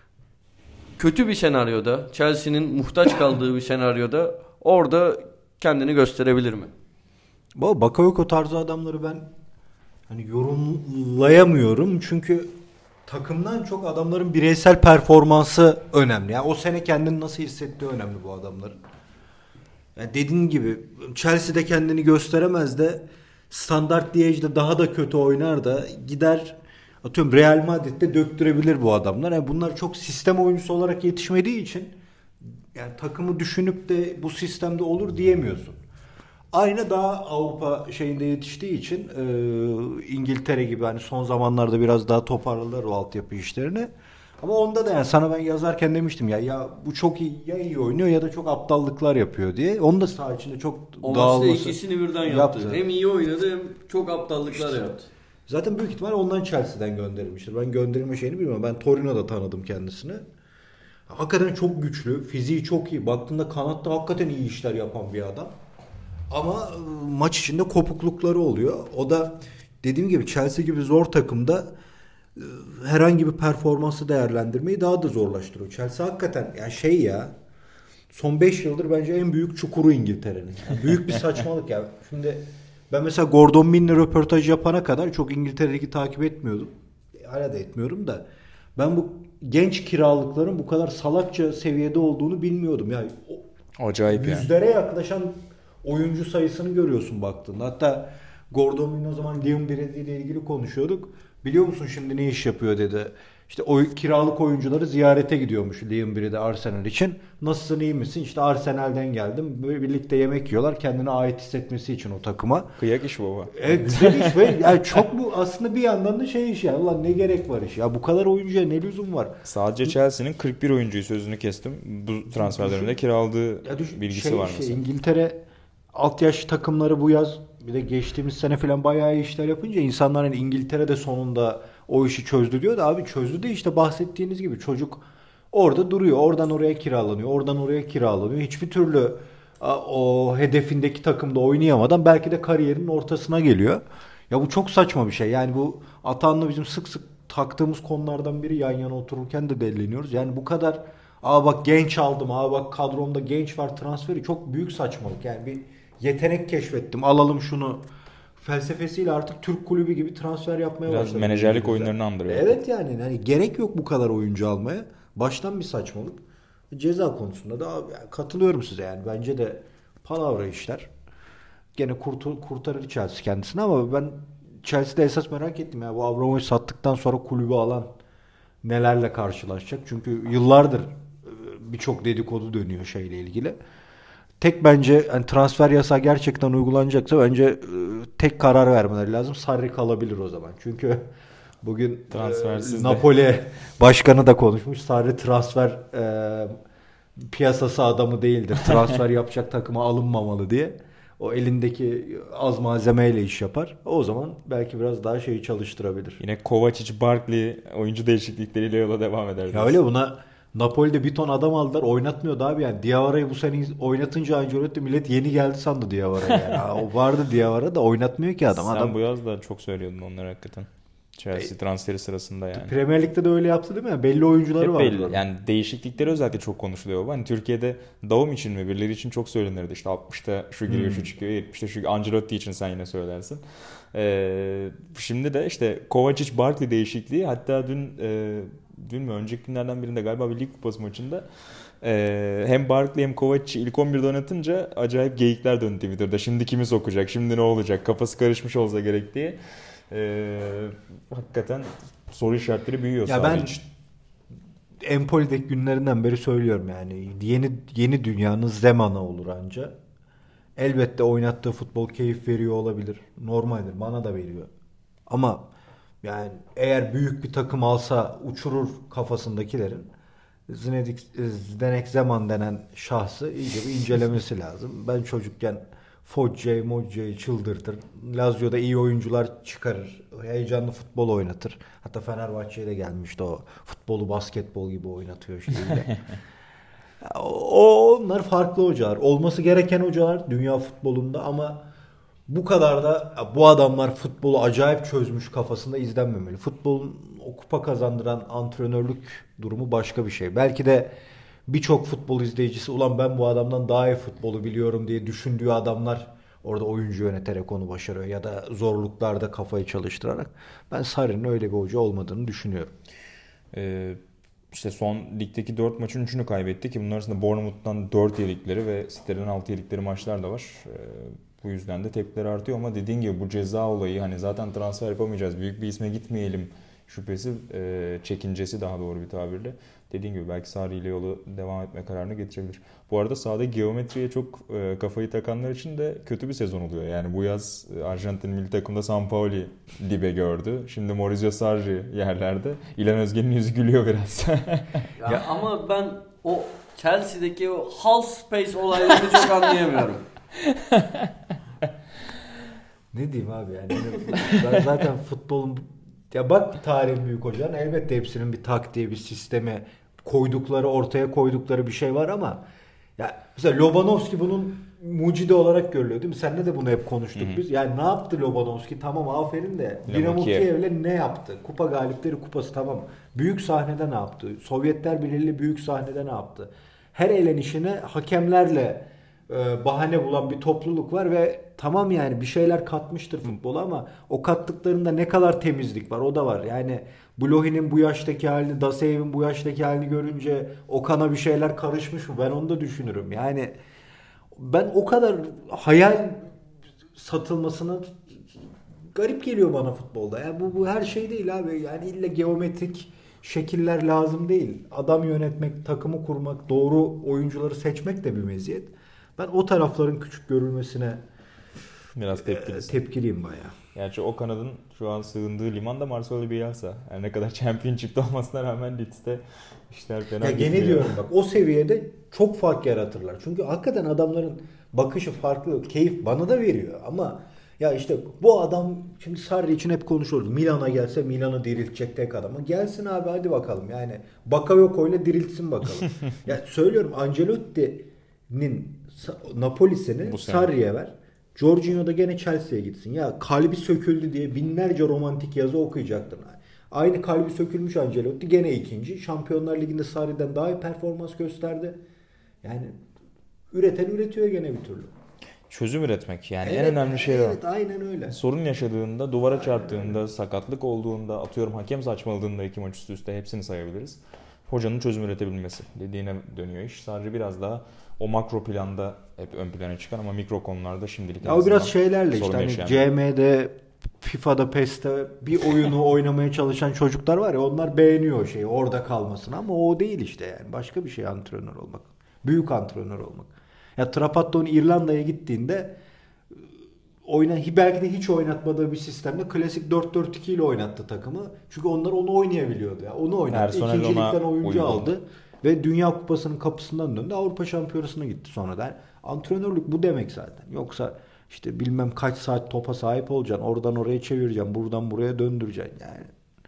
kötü bir senaryoda, Chelsea'nin muhtaç kaldığı bir senaryoda orada kendini gösterebilir mi? Bakayoko tarzı adamları ben hani yorumlayamıyorum çünkü takımdan çok adamların bireysel performansı önemli. Yani o sene kendini nasıl hissettiği önemli bu adamların. Yani dediğin gibi Chelsea'de kendini gösteremez de Standard Liège'de daha da kötü oynar da gider atıyorum Real Madrid'de döktürebilir bu adamlar. Yani bunlar çok sistem oyuncusu olarak yetişmediği için yani takımı düşünüp de bu sistemde olur diyemiyorsun. Aynı daha Avrupa şeyinde yetiştiği için İngiltere gibi hani son zamanlarda biraz daha toparladılar o altyapı işlerini. Ama onda da yani sana ben yazarken demiştim ya bu çok iyi oynuyor ya da çok aptallıklar yapıyor diye. Onu da saha içinde çok dağılması. İkisini birden yaptı. Hem iyi oynadı hem çok aptallıklar yaptı. Zaten büyük ihtimal ondan Chelsea'den gönderilmiştir. Ben gönderilme şeyini bilmiyorum. Ben Torino'da tanıdım kendisini. Hakikaten çok güçlü. Fiziği çok iyi. Baktığında kanatta hakikaten iyi işler yapan bir adam. Ama maç içinde kopuklukları oluyor. O da dediğim gibi Chelsea gibi zor takımda herhangi bir performansı değerlendirmeyi daha da zorlaştırıyor. Chelsea hakikaten yani son 5 yıldır bence en büyük çukuru İngiltere'nin. Yani büyük bir saçmalık ya. Şimdi ben mesela Gordon Milne röportaj yapana kadar çok İngiltere'deki takip etmiyordum. Hala da etmiyorum da. Ben bu genç kiralıkların bu kadar salakça seviyede olduğunu bilmiyordum. Yani acayip yüzlere yaklaşan oyuncu sayısını görüyorsun baktığında. Hatta Gordon Milne o zaman Leon Brady ile ilgili konuşuyorduk. Biliyor musun şimdi ne iş yapıyor dedi. İşte kiralık oyuncuları ziyarete gidiyormuş Leon Brady Arsenal için. Nasılsın, iyi misin? İşte Arsenal'den geldim. Böyle birlikte yemek yiyorlar. Kendine ait hissetmesi için o takıma. Kıyak iş baba. Güzel iş ve yani çok bu aslında bir yandan da iş ya. Ulan ne gerek var iş ya. Bu kadar oyuncuya ne lüzum var? Sadece Chelsea'nin 41 oyuncuyu sözünü kestim. Bu transfer döneminde kiraladığı bilgisi var mesela. İngiltere alt yaş takımları bu yaz bir de geçtiğimiz sene falan bayağı iyi işler yapınca insanlar hani İngiltere'de sonunda o işi çözdü diyor da abi çözdü de işte bahsettiğiniz gibi çocuk orada duruyor. Oradan oraya kiralanıyor. Oradan oraya kiralanıyor. Hiçbir türlü o hedefindeki takımda oynayamadan belki de kariyerinin ortasına geliyor. Ya bu çok saçma bir şey. Yani bu Atahan'la bizim sık sık taktığımız konulardan biri, yan yana otururken de delleniyoruz. Yani bu kadar bak genç aldım, bak kadromda genç var transferi çok büyük saçmalık. Yani bir yetenek keşfettim, alalım şunu felsefesiyle artık Türk kulübü gibi transfer yapmaya başladı. Biraz menajerlik oyunlarını andırıyor. Evet yani gerek yok bu kadar oyuncu almaya. Baştan bir saçmalık. Ceza konusunda da katılıyorum size yani. Bence de palavra işler. Gene kurtarır Chelsea kendisini ama ben Chelsea'de esas merak ettim ya. Bu Abramovich sattıktan sonra kulübü alan nelerle karşılaşacak? Çünkü yıllardır birçok dedikodu dönüyor şeyle ilgili. Tek bence yani transfer yasağı gerçekten uygulanacaksa bence tek karar vermeleri lazım. Sarri kalabilir o zaman. Çünkü bugün Napoli başkanı da konuşmuş. Sarri transfer piyasası adamı değildir. Transfer yapacak takıma alınmamalı diye. O elindeki az malzemeyle iş yapar. O zaman belki biraz daha şeyi çalıştırabilir. Yine Kovacic, Barkley oyuncu değişiklikleriyle yola devam eder. Ya öyle buna Napoli'de bir ton adam aldılar. Oynatmıyordu abi yani. Diavara'yı bu sene oynatınca Ancelotti millet yeni geldi sandı Diawara yani. O vardı Diawara da oynatmıyor ki adam. Sen bu yaz da çok söylüyordun onları hakikaten. Chelsea transferi sırasında yani. Premier Lig'de de öyle yaptı değil mi? Belli oyuncuları var. Belli. Yani değişiklikleri özellikle çok konuşuluyor. Hani Türkiye'de Daum için mi birileri için çok söylenirdi. İşte 60'ta şu giriyor şu çıkıyor, 70'te şu, Ancelotti için sen yine söylersin. Şimdi de işte Kovacic Barkley değişikliği, hatta dün mü önceki günlerden birinde galiba bir lig kupası maçında hem Barkley hem Kovacic'i ilk 11'de oynatınca acayip geyikler döndü Twitter'da. Şimdi kimi sokacak? Şimdi ne olacak? Kafası karışmış olsa gerek diye. Hakikaten soru işaretleri büyüyor ya saha ben için. Empoli'deki günlerinden beri söylüyorum yani yeni dünyanın zamanı olur anca. Elbette oynattığı futbol keyif veriyor olabilir. Normaldir. Bana da veriyor. Ama yani eğer büyük bir takım alsa uçurur kafasındakilerin. Zdenek Zeman denen şahsı iyice bir incelemesi lazım. Ben çocukken Foggia'yı çıldırtır. Lazio'da iyi oyuncular çıkarır. Heyecanlı futbol oynatır. Hatta Fenerbahçe'ye de gelmişti o. Futbolu basketbol gibi oynatıyor şimdi. Onlar farklı hocalar. Olması gereken hocalar dünya futbolunda ama bu kadar da bu adamlar futbolu acayip çözmüş kafasında izlenmemeli. Futbolun o kupa kazandıran antrenörlük durumu başka bir şey. Belki de birçok futbol izleyicisi ulan ben bu adamdan daha iyi futbolu biliyorum diye düşündüğü adamlar orada oyuncu yöneterek onu başarıyor ya da zorluklarda kafayı çalıştırarak. Ben Sarri'nin öyle bir hoca olmadığını düşünüyorum. İşte son ligdeki 4 maçın 3'ünü kaybetti ki bunlar arasında Bournemouth'tan 4 yedikleri ve City'den 6 yedikleri maçlar da var. Bu yüzden de tepkiler artıyor ama dediğin gibi bu ceza olayı, hani zaten transfer yapamayacağız, büyük bir isme gitmeyelim şüphesi, çekincesi daha doğru bir tabirle. Dediğin gibi belki Sarri ile yolu devam etme kararını getirebilir. Bu arada sahada geometriye çok kafayı takanlar için de kötü bir sezon oluyor. Yani bu yaz Arjantin milli takımda Sampaoli dibe gördü. Şimdi Maurizio Sarri yerlerde. İlhan Özgen'in yüzü gülüyor biraz. Ya ama ben o Chelsea'deki o half space olaylarını çok anlayamıyorum. Ne diyeyim abi yani. Ben zaten futbolun ya bak tarihin büyük hocaların elbette hepsinin bir taktiği, bir sistemi ortaya koydukları bir şey var ama ya mesela Lobanovski bunun mucidi olarak görülüyor değil mi? Seninle de bunu hep konuştuk biz. Yani ne yaptı Lobanovski? Tamam aferin de Dinamo Kiev'le ne yaptı? Kupa galipleri kupası tamam. Büyük sahnede ne yaptı? Sovyetler Birliği büyük sahnede ne yaptı? Her elenişine hakemlerle bahane bulan bir topluluk var ve tamam yani bir şeyler katmıştır futbola ama o kattıklarında ne kadar temizlik var o da var. Yani Blohi'nin bu yaştaki halini, Daseyev'in bu yaştaki halini görünce Okan'a bir şeyler karışmış mı? Ben onu da düşünürüm. Yani ben o kadar hayal satılmasına garip geliyor bana futbolda. Yani bu her şey değil abi. Yani illa geometrik şekiller lazım değil. Adam yönetmek, takımı kurmak, doğru oyuncuları seçmek de bir meziyet. Ben o tarafların küçük görülmesine biraz tepkiliyim bayağı. Gerçi o kanadın şu an sığındığı liman da Marcelo Bielsa. Yani ne kadar Championship'te olmasına rağmen Leeds'te işler fena ya gene diyorum bak o seviyede çok fark yaratırlar. Çünkü hakikaten adamların bakışı farklı. Keyif bana da veriyor ama ya işte bu adam şimdi Sarri için hep konuşuyoruz. Milan'a gelse Milan'ı diriltecek tek adamı. Gelsin abi hadi bakalım. Yani Bakayoko'yla diriltsin bakalım. Ya söylüyorum Ancelotti'nin Napoli'sini Sarri'ye ver. Jorginho da gene Chelsea'ye gitsin. Ya kalbi söküldü diye binlerce romantik yazı okuyacaktın. Aynı kalbi sökülmüş Ancelotti gene ikinci. Şampiyonlar Ligi'nde Sarri'den daha iyi performans gösterdi. Yani üreten üretiyor gene bir türlü. Çözüm üretmek yani en önemli şey o. Evet aynen öyle. Sorun yaşadığında, duvara çarptığında, sakatlık olduğunda, atıyorum hakem saçmaladığında 2 maç üst üste hepsini sayabiliriz. Hocanın çözüm üretebilmesi dediğine dönüyor iş. Sadece biraz daha o makro planda hep ön plana çıkan ama mikro konularda şimdilik ya o biraz şeylerle işte hani CM'de, FIFA'da, PES'te bir oyunu oynamaya çalışan çocuklar var ya onlar beğeniyor o şeyi orada kalmasını ama o değil işte yani başka bir şey antrenör olmak. Büyük antrenör olmak. Ya Trapattoni İrlanda'ya gittiğinde belki de hiç oynatmadığı bir sistemde klasik 4-4-2 ile oynattı takımı. Çünkü onlar onu oynayabiliyordu ya. Onu oynattı. İkinci ligden oyuncu aldı ve Dünya Kupası'nın kapısından döndü. Avrupa Şampiyonası'na gitti sonradan. Antrenörlük bu demek zaten. Yoksa işte bilmem kaç saat topa sahip olacaksın. Oradan oraya çevireceksin. Buradan buraya döndüreceksin yani.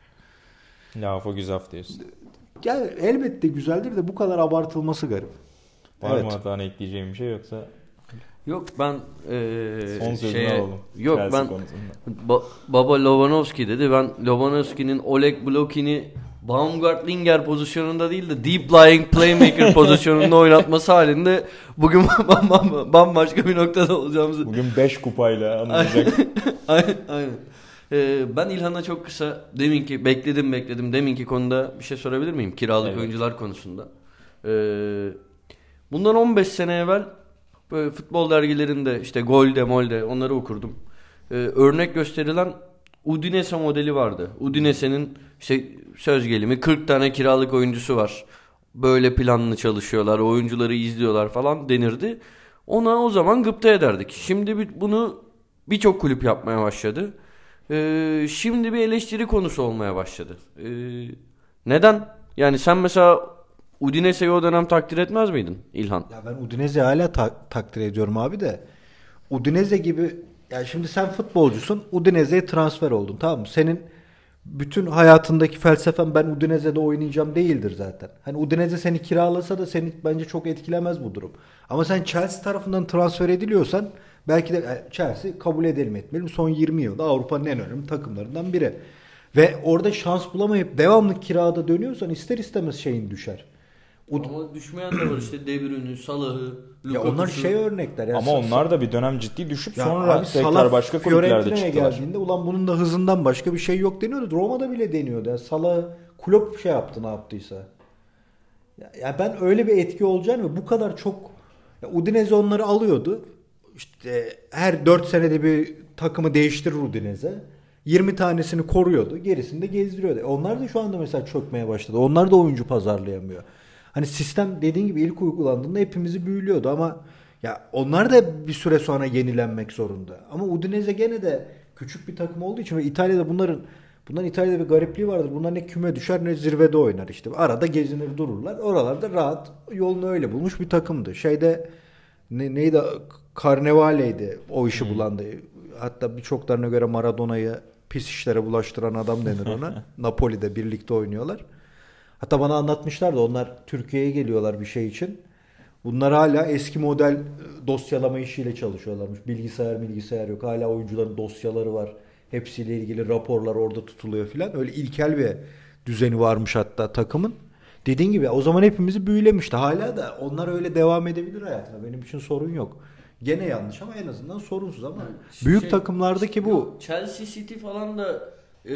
Lafı güzaf diyorsun. Ya elbette güzeldir de bu kadar abartılması garip. Var mı Atahan ekleyeceğim bir şey yoksa? Yok ben Son sözünü alalım. Yok Chelsea ben konusunda. Baba Lewandowski dedi. Ben Lewandowski'nin Oleg Blokin'i Baumgartlinger pozisyonunda değil de deep lying playmaker pozisyonunda oynatması halinde bugün bambaşka bir noktada olacağımızı. Bugün 5 kupayla anılacak. Aynen. Ben İlhan'a çok kısa deminki konuda bir şey sorabilir miyim? Kiralık oyuncular konusunda. Bundan 15 sene evvel böyle futbol dergilerinde işte Golde, Molde onları okurdum. Örnek gösterilen Udinese modeli vardı. Udinese'nin işte söz gelimi 40 tane kiralık oyuncusu var. Böyle planlı çalışıyorlar, oyuncuları izliyorlar falan denirdi. Ona o zaman gıpta ederdik. Şimdi bunu birçok kulüp yapmaya başladı. Şimdi bir eleştiri konusu olmaya başladı. Neden? Yani sen mesela Udinese'yi o dönem takdir etmez miydin İlhan? Ya ben Udinese'yi hala takdir ediyorum abi de. Udinese gibi, yani şimdi sen futbolcusun, Udinese'ye transfer oldun, tamam mı? Senin bütün hayatındaki felsefen ben Udinese'de oynayacağım değildir zaten. Hani Udinese seni kiralasa da seni bence çok etkilemez bu durum. Ama sen Chelsea tarafından transfer ediliyorsan belki de Chelsea kabul edelim etmeyelim. Son 20 yılda Avrupa'nın en önemli takımlarından biri. Ve orada şans bulamayıp devamlı kirada dönüyorsan ister istemez şeyin düşer. Ama düşmeyen de var işte De Bruyne, Salah'ı, Ya onlar örnekler. Yani Ama onlar da bir dönem ciddi düşüp ya sonra abi, tekrar Salah başka kulüplerde Fiorentina'ya çıktılar. geldiğinde ulan bunun da hızından başka bir şey yok deniyordu. Roma'da bile deniyordu. Yani Salah Klopp şey yaptı, ne yaptıysa. Ya ben öyle bir etki olacağını ve bu kadar çok, ya Udinese onları alıyordu. İşte her 4 senede bir takımı değiştirir Udinese. 20 tanesini koruyordu. Gerisini de gezdiriyordu. Onlar da şu anda mesela çökmeye başladı. Onlar da oyuncu pazarlayamıyor. Hani sistem dediğin gibi ilk uygulandığında hepimizi büyülüyordu ama ya onlar da bir süre sonra yenilenmek zorunda. Ama Udinese gene de küçük bir takım olduğu için ve İtalya'da bunların İtalya'da bir garipliği vardır. Bunlar ne küme düşer ne zirvede oynar işte. Arada gezinir dururlar. Oralarda rahat yolunu öyle bulmuş bir takımdı. Neydi? Carnevale'ydi o işi bulandı. Hatta birçoklarına göre Maradona'yı pis işlere bulaştıran adam denir ona. Napoli'de birlikte oynuyorlar. Hatta bana anlatmışlar da onlar Türkiye'ye geliyorlar bir şey için. Bunlar hala eski model dosyalama işiyle çalışıyorlarmış. Bilgisayar yok. Hala oyuncuların dosyaları var. Hepsiyle ilgili raporlar orada tutuluyor filan. Öyle ilkel bir düzeni varmış hatta takımın. Dediğin gibi o zaman hepimizi büyülemişti. Hala da onlar öyle devam edebilir hayatına. Benim için sorun yok. Gene yanlış ama en azından sorunsuz ama büyük takımlardaki bu. Chelsea City falan da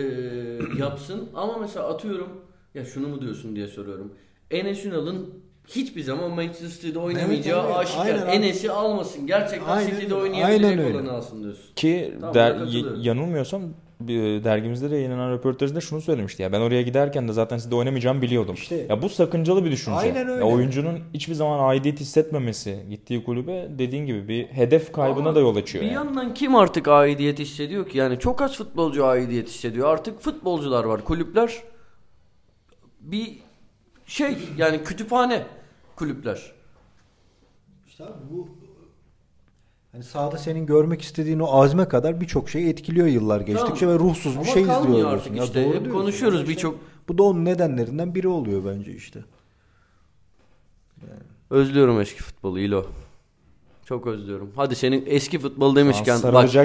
yapsın ama mesela atıyorum ya şunu mu diyorsun diye soruyorum. Enes Ünal'ın hiçbir zaman Manchester City'de oynamayacağı aşikar. Enes'i almasın. Gerçekten City'de oynayabilecek olanı alsın diyorsun. Ki yanılmıyorsam dergimizde de yayınlanan röportajında şunu söylemişti. Ya ben oraya giderken de zaten sizde oynamayacağımı biliyordum. İşte, ya bu sakıncalı bir düşünce. Aynen öyle. Ya oyuncunun hiçbir zaman aidiyet hissetmemesi gittiği kulübe dediğin gibi bir hedef kaybına da yol açıyor. Bir yandan kim artık aidiyet hissediyor ki? Yani çok az futbolcu aidiyet hissediyor. Artık futbolcular var. Kulüpler bir yani kütüphane kulüpler. İşte abi bu hani sahada senin görmek istediğin o azme kadar birçok şey etkiliyor yıllar geçtikçe ve ruhsuz bir şey izliyor artık işte. Hep konuşuyoruz birçok. Bu da onun nedenlerinden biri oluyor bence işte. Yani. Özlüyorum eski futbolu İlo. Çok özlüyorum. Hadi senin eski futbol demişken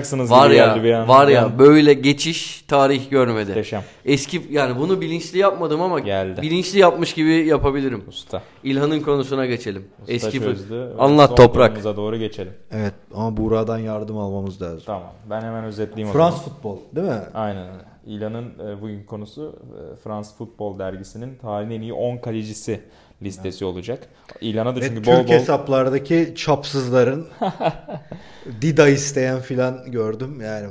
var ya böyle geçiş tarih görmedi. Muhteşem. Eski yani bunu bilinçli yapmadım ama geldi. Bilinçli yapmış gibi yapabilirim. Usta. İlhan'ın konusuna geçelim. Usta eski çözdü. Anlat Toprak. Doğru geçelim. Evet ama Buğra'dan yardım almamız lazım. Tamam. Ben hemen özetleyeyim. Frans futbol değil mi? Aynen. İlhan'ın bugün konusu Frans Futbol dergisinin tarihin en iyi 10 kalecisi listesi olacak. İlhan'a da çünkü Türk hesaplardaki çapsızların Dida isteyen filan gördüm. Yani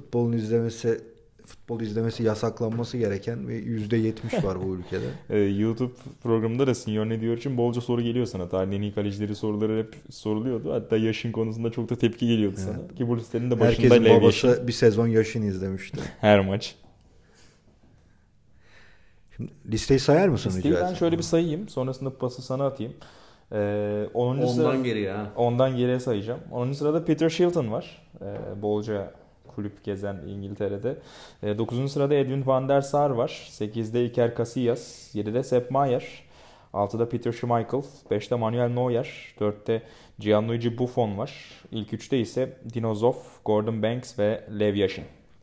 futbol izlemesi yasaklanması gereken ve %70 var bu ülkede. YouTube programında da Senior ne diyor için bolca soru geliyor sana. Tarihin en iyi kalecileri soruları hep soruluyordu. Hatta yaşın konusunda çok da tepki geliyordu sana. Ki bu listenin de başında herkesin babası bir sezon yaşını izlemişti. Her maç. Şimdi listeyi sayar mısın? Listeyi ben şöyle bir sayayım. Sonrasında pası sana atayım. 10'dan geriye sayacağım. 10. sırada Peter Shilton var. Bolca kulüp gezen İngiltere'de. 9. sırada Edwin van der Sar var. 8'de Iker Casillas. 7'de Sepp Maier. 6'da Peter Schmeichel, 5'te Manuel Neuer, 4'te Gianluigi Buffon var. İlk 3'te ise Dino Zoff, Gordon Banks ve Lev Yashin.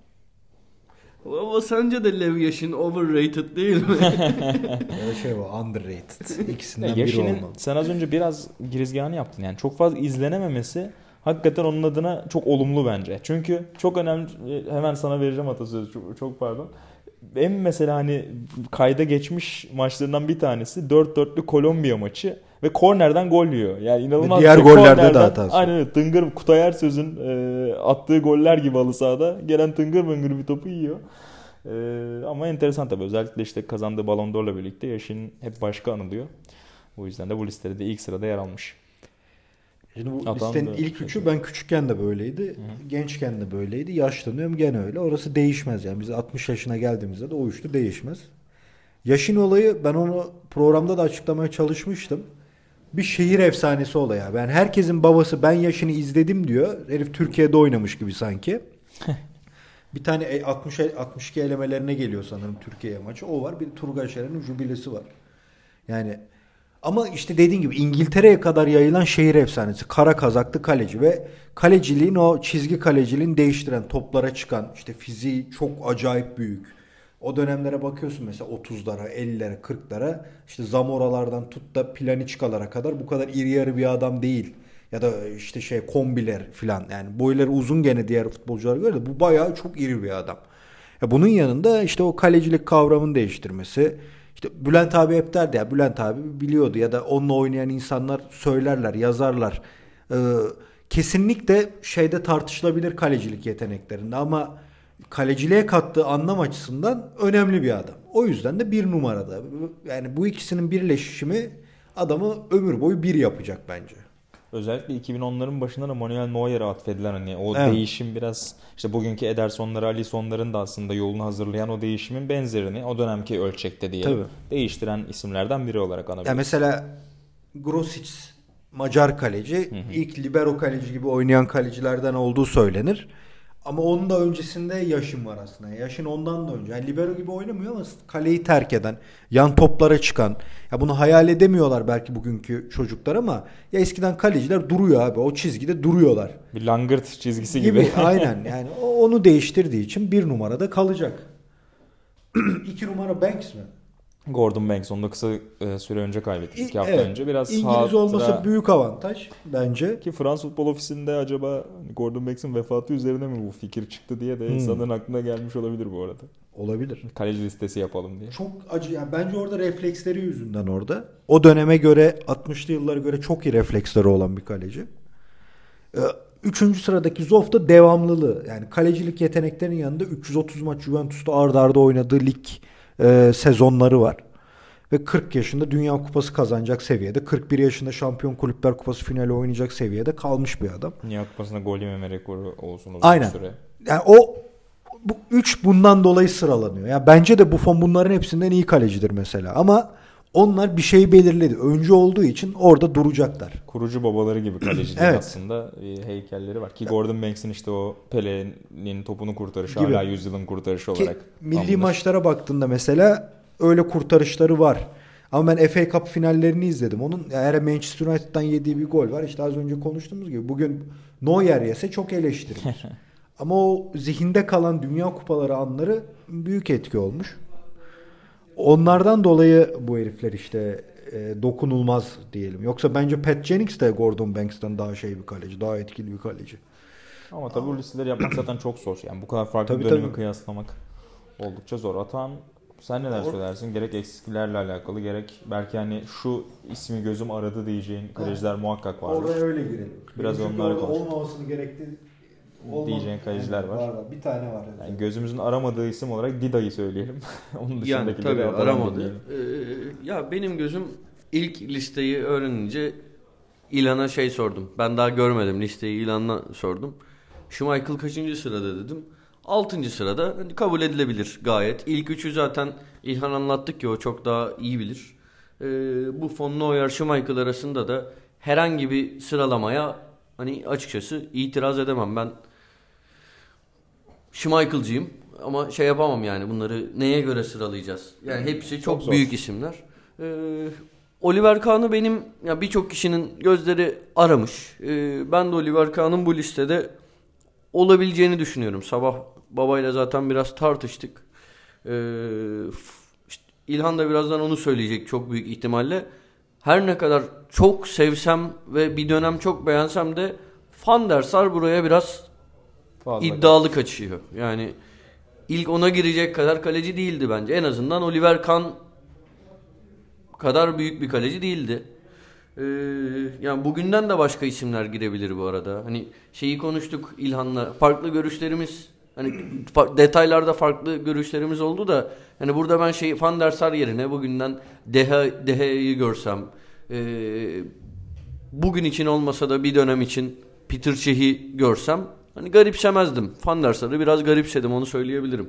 Ama sence de Lev Yashin overrated değil mi? Öyle şey var, underrated. İkisinden biri Yashin'in olmalı. sen az önce biraz girizgahını yaptın. Yani çok fazla izlenememesi hakikaten onun adına çok olumlu bence. Çünkü çok önemli, hemen sana vereceğim atasözü, çok pardon. En mesela hani kayda geçmiş maçlarından bir tanesi 4-4'lü Kolombiya maçı ve kornerden gol yiyor. Yani inanılmaz. Diğer gollerde de hatası. Aynen öyle. Tıngır Kutay Ersöz'ün attığı goller gibi halı sahada gelen tıngır mıngır bir topu yiyor. Ama enteresan tabii. Özellikle işte kazandığı Ballon d'Or'la birlikte Yashin hep başka anılıyor. O yüzden de bu listede de ilk sırada yer almış. Şimdi bu Adam listenin da ilk üçü ben küçükken de böyleydi. Hı-hı. Gençken de böyleydi. Yaşlanıyorum gene öyle. Orası değişmez yani. Biz 60 yaşına geldiğimizde de o üçlü değişmez. Yashin olayı, ben onu programda da açıklamaya çalışmıştım. Bir şehir efsanesi olayı. Ben herkesin babası ben Yashin'i izledim diyor. Herif Türkiye'de oynamış gibi sanki. Bir tane 62 elemelerine geliyor sanırım Türkiye maçı. O var. Bir Turgay Şeren'in jübilesi var. Yani ama işte dediğin gibi İngiltere'ye kadar yayılan şehir efsanesi. Kara kazaklı kaleci ve kaleciliğin, o çizgi kaleciliğini değiştiren, toplara çıkan, işte fiziği çok acayip büyük. O dönemlere bakıyorsun mesela 30'lara, 50'lere, 40'lara, işte Zamora'lardan tut da Planiçkalara kadar bu kadar iri yarı bir adam değil. Ya da işte kombiler filan, yani boyları uzun gene diğer futbolculara göre de bu bayağı çok iri bir adam. Ya bunun yanında işte o kalecilik kavramını değiştirmesi. İşte Bülent abi hep derdi ya, Bülent abi biliyordu ya da onunla oynayan insanlar söylerler, yazarlar. Kesinlikle tartışılabilir kalecilik yeteneklerinde ama kaleciliğe kattığı anlam açısından önemli bir adam. O yüzden de bir numarada. Yani bu ikisinin birleşimi adamı ömür boyu bir yapacak bence. Özellikle 2010'ların başında da Manuel Neuer'e atfedilen hani o değişim biraz işte bugünkü Ederson'ları, Alisson'ların da aslında yolunu hazırlayan o değişimin benzerini o dönemki ölçekte diye değiştiren isimlerden biri olarak anabiliriz. Ya mesela Grosic Macar kaleci, ilk libero kaleci gibi oynayan kalecilerden olduğu söylenir. Ama onun da öncesinde Yashin var aslında. Yashin ondan da önce. Yani libero gibi oynamıyor ama kaleyi terk eden, yan toplara çıkan. Ya bunu hayal edemiyorlar belki bugünkü çocuklar ama ya eskiden kaleciler duruyor abi. O çizgide duruyorlar. Bir langırt çizgisi gibi. Aynen. Yani onu değiştirdiği için bir numarada kalacak. 2 numara Banks mi? Gordon Banks, onu da kısa süre önce kaybettik. 2 hafta önce. Biraz İngiliz olması büyük avantaj bence. Ki Fransız Futbol Ofisi'nde acaba Gordon Banks'in vefatı üzerine mi bu fikir çıktı diye de insanların aklına gelmiş olabilir bu arada. Olabilir. Kaleci listesi yapalım diye. Çok acı. Yani bence orada refleksleri yüzünden orada. O döneme göre, 60'lı yıllara göre çok iyi refleksleri olan bir kaleci. 3. sıradaki Zoff da devamlılığı. Yani kalecilik yeteneklerinin yanında 330 maç Juventus'ta arda arda oynadığı lig sezonları var. Ve 40 yaşında Dünya Kupası kazanacak seviyede, 41 yaşında Şampiyon Kulüpler Kupası finali oynayacak seviyede kalmış bir adam. Dünya Kupası'nda gol yememe rekoru olsun aynen. Süre. Yani bu 3 bundan dolayı sıralanıyor. Yani bence de Buffon bunların hepsinden iyi kalecidir mesela. Ama onlar bir şey belirledi. Öncü olduğu için orada duracaklar. Kurucu babaları gibi kaleciler evet. Aslında heykelleri var. Ki Gordon Banks'in işte o Pele'nin topunu kurtarışı gibi. Hala yüzyılın kurtarışı olarak. Milli maçlara baktığında mesela öyle kurtarışları var. Ama ben FA Cup finallerini izledim. Onun eğer Manchester United'dan yediği bir gol var. İşte az önce konuştuğumuz gibi. Bugün Neuer yese çok eleştirilir. Ama o zihinde kalan Dünya Kupaları anları büyük etki olmuş. Onlardan dolayı bu herifler işte dokunulmaz diyelim. Yoksa bence Pat Jennings de Gordon Banks'tan daha bir kaleci. Daha etkili bir kaleci. Ama tabii bu listeleri yapmak zaten çok zor. Yani bu kadar farklı dönemi kıyaslamak oldukça zor. Atahan, sen neler söylersin? Gerek eksiklerle alakalı, gerek belki hani şu ismi gözüm aradı diyeceğin kaleciler muhakkak vardır. Oraya öyle girelim. Biraz onları konuşalım. Olmamasını gerektiği diyeceğin kaleciler var. Bir tane var. Yani gözümüzün aramadığı isim olarak Dida'yı söyleyelim. Onun dışındakileri yani, tabii aramadı. Ya benim gözüm ilk listeyi öğrenince İlhan'a sordum. Ben daha görmedim listeyi, İlhan'a sordum. Schmeichel kaçıncı sırada dedim. 6. sırada kabul edilebilir gayet. İlk 3'ü zaten İlhan anlattık ki o çok daha iyi bilir. Buffon, Neuer, Schmeichel arasında da herhangi bir sıralamaya hani açıkçası itiraz edemem. Ben Schmeichel'cıyım ama yapamam yani bunları neye göre sıralayacağız? Yani hepsi çok büyük isimler. Oliver Kahn'ı benim ya birçok kişinin gözleri aramış. Ben de Oliver Kahn'ın bu listede olabileceğini düşünüyorum. Sabah babayla zaten biraz tartıştık. İşte İlhan da birazdan onu söyleyecek çok büyük ihtimalle. Her ne kadar çok sevsem ve bir dönem çok beğensem de Van der Sar buraya biraz Fazla iddialı kaçıyor. Yani ilk ona girecek kadar kaleci değildi bence. En azından Oliver Kahn kadar büyük bir kaleci değildi. Yani bugünden de başka isimler girebilir bu arada. Hani şeyi konuştuk İlhan'la. Farklı görüşlerimiz, hani detaylarda farklı görüşlerimiz oldu da hani burada ben Van der Sar yerine bugünden Deha'yı görsem, bugün için olmasa da bir dönem için Peter Cech'i görsem hani garipsemezdim. Van der Sar'ı biraz garipsedim, onu söyleyebilirim.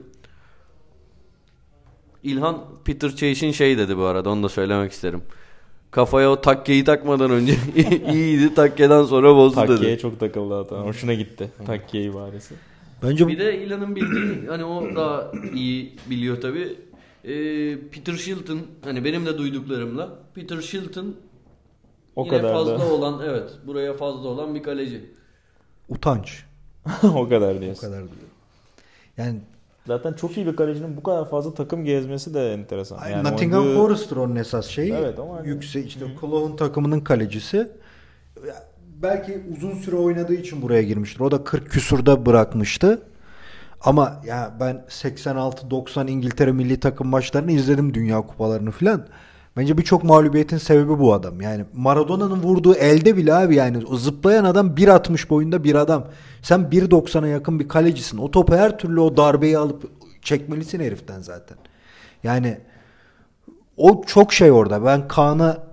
İlhan Peter Cech'in dedi bu arada, onu da söylemek isterim. Kafaya o takkeyi takmadan önce iyiydi, takkeden sonra bozdu dedi. Takkeye çok takıldı hatta. Hoşuna gitti takke ibaresi. Bence bir de İlhan'ın bildiği, hani o da iyi biliyor tabii. Peter Shilton, hani benim de duyduklarımla Peter Shilton O yine kadar fazla da. olan, evet, buraya fazla olan bir kaleci. utanç. O kadar diyorsun. O kadar diyor. Yani Zaten çok iyi bir kalecinin bu kadar fazla takım gezmesi de enteresan. Yani Nottingham oynadığı- Forest'tir onun esas şeyi. Evet, ama Yüksek işte Klopp'un takımının kalecisi. Belki uzun süre oynadığı için buraya girmiştir. O da 40 küsurda bırakmıştı. Ama ya ben 86-90 İngiltere milli takım maçlarını izledim, Dünya Kupalarını filan. Bence birçok mağlubiyetin sebebi bu adam. Yani Maradona'nın vurduğu elde bile abi, yani o zıplayan adam 1.60 boyunda bir adam. Sen 1.90'a yakın bir kalecisin. O topu her türlü o darbeyi alıp çekmelisin heriften zaten. Yani o çok şey orada. Ben Kaan'a,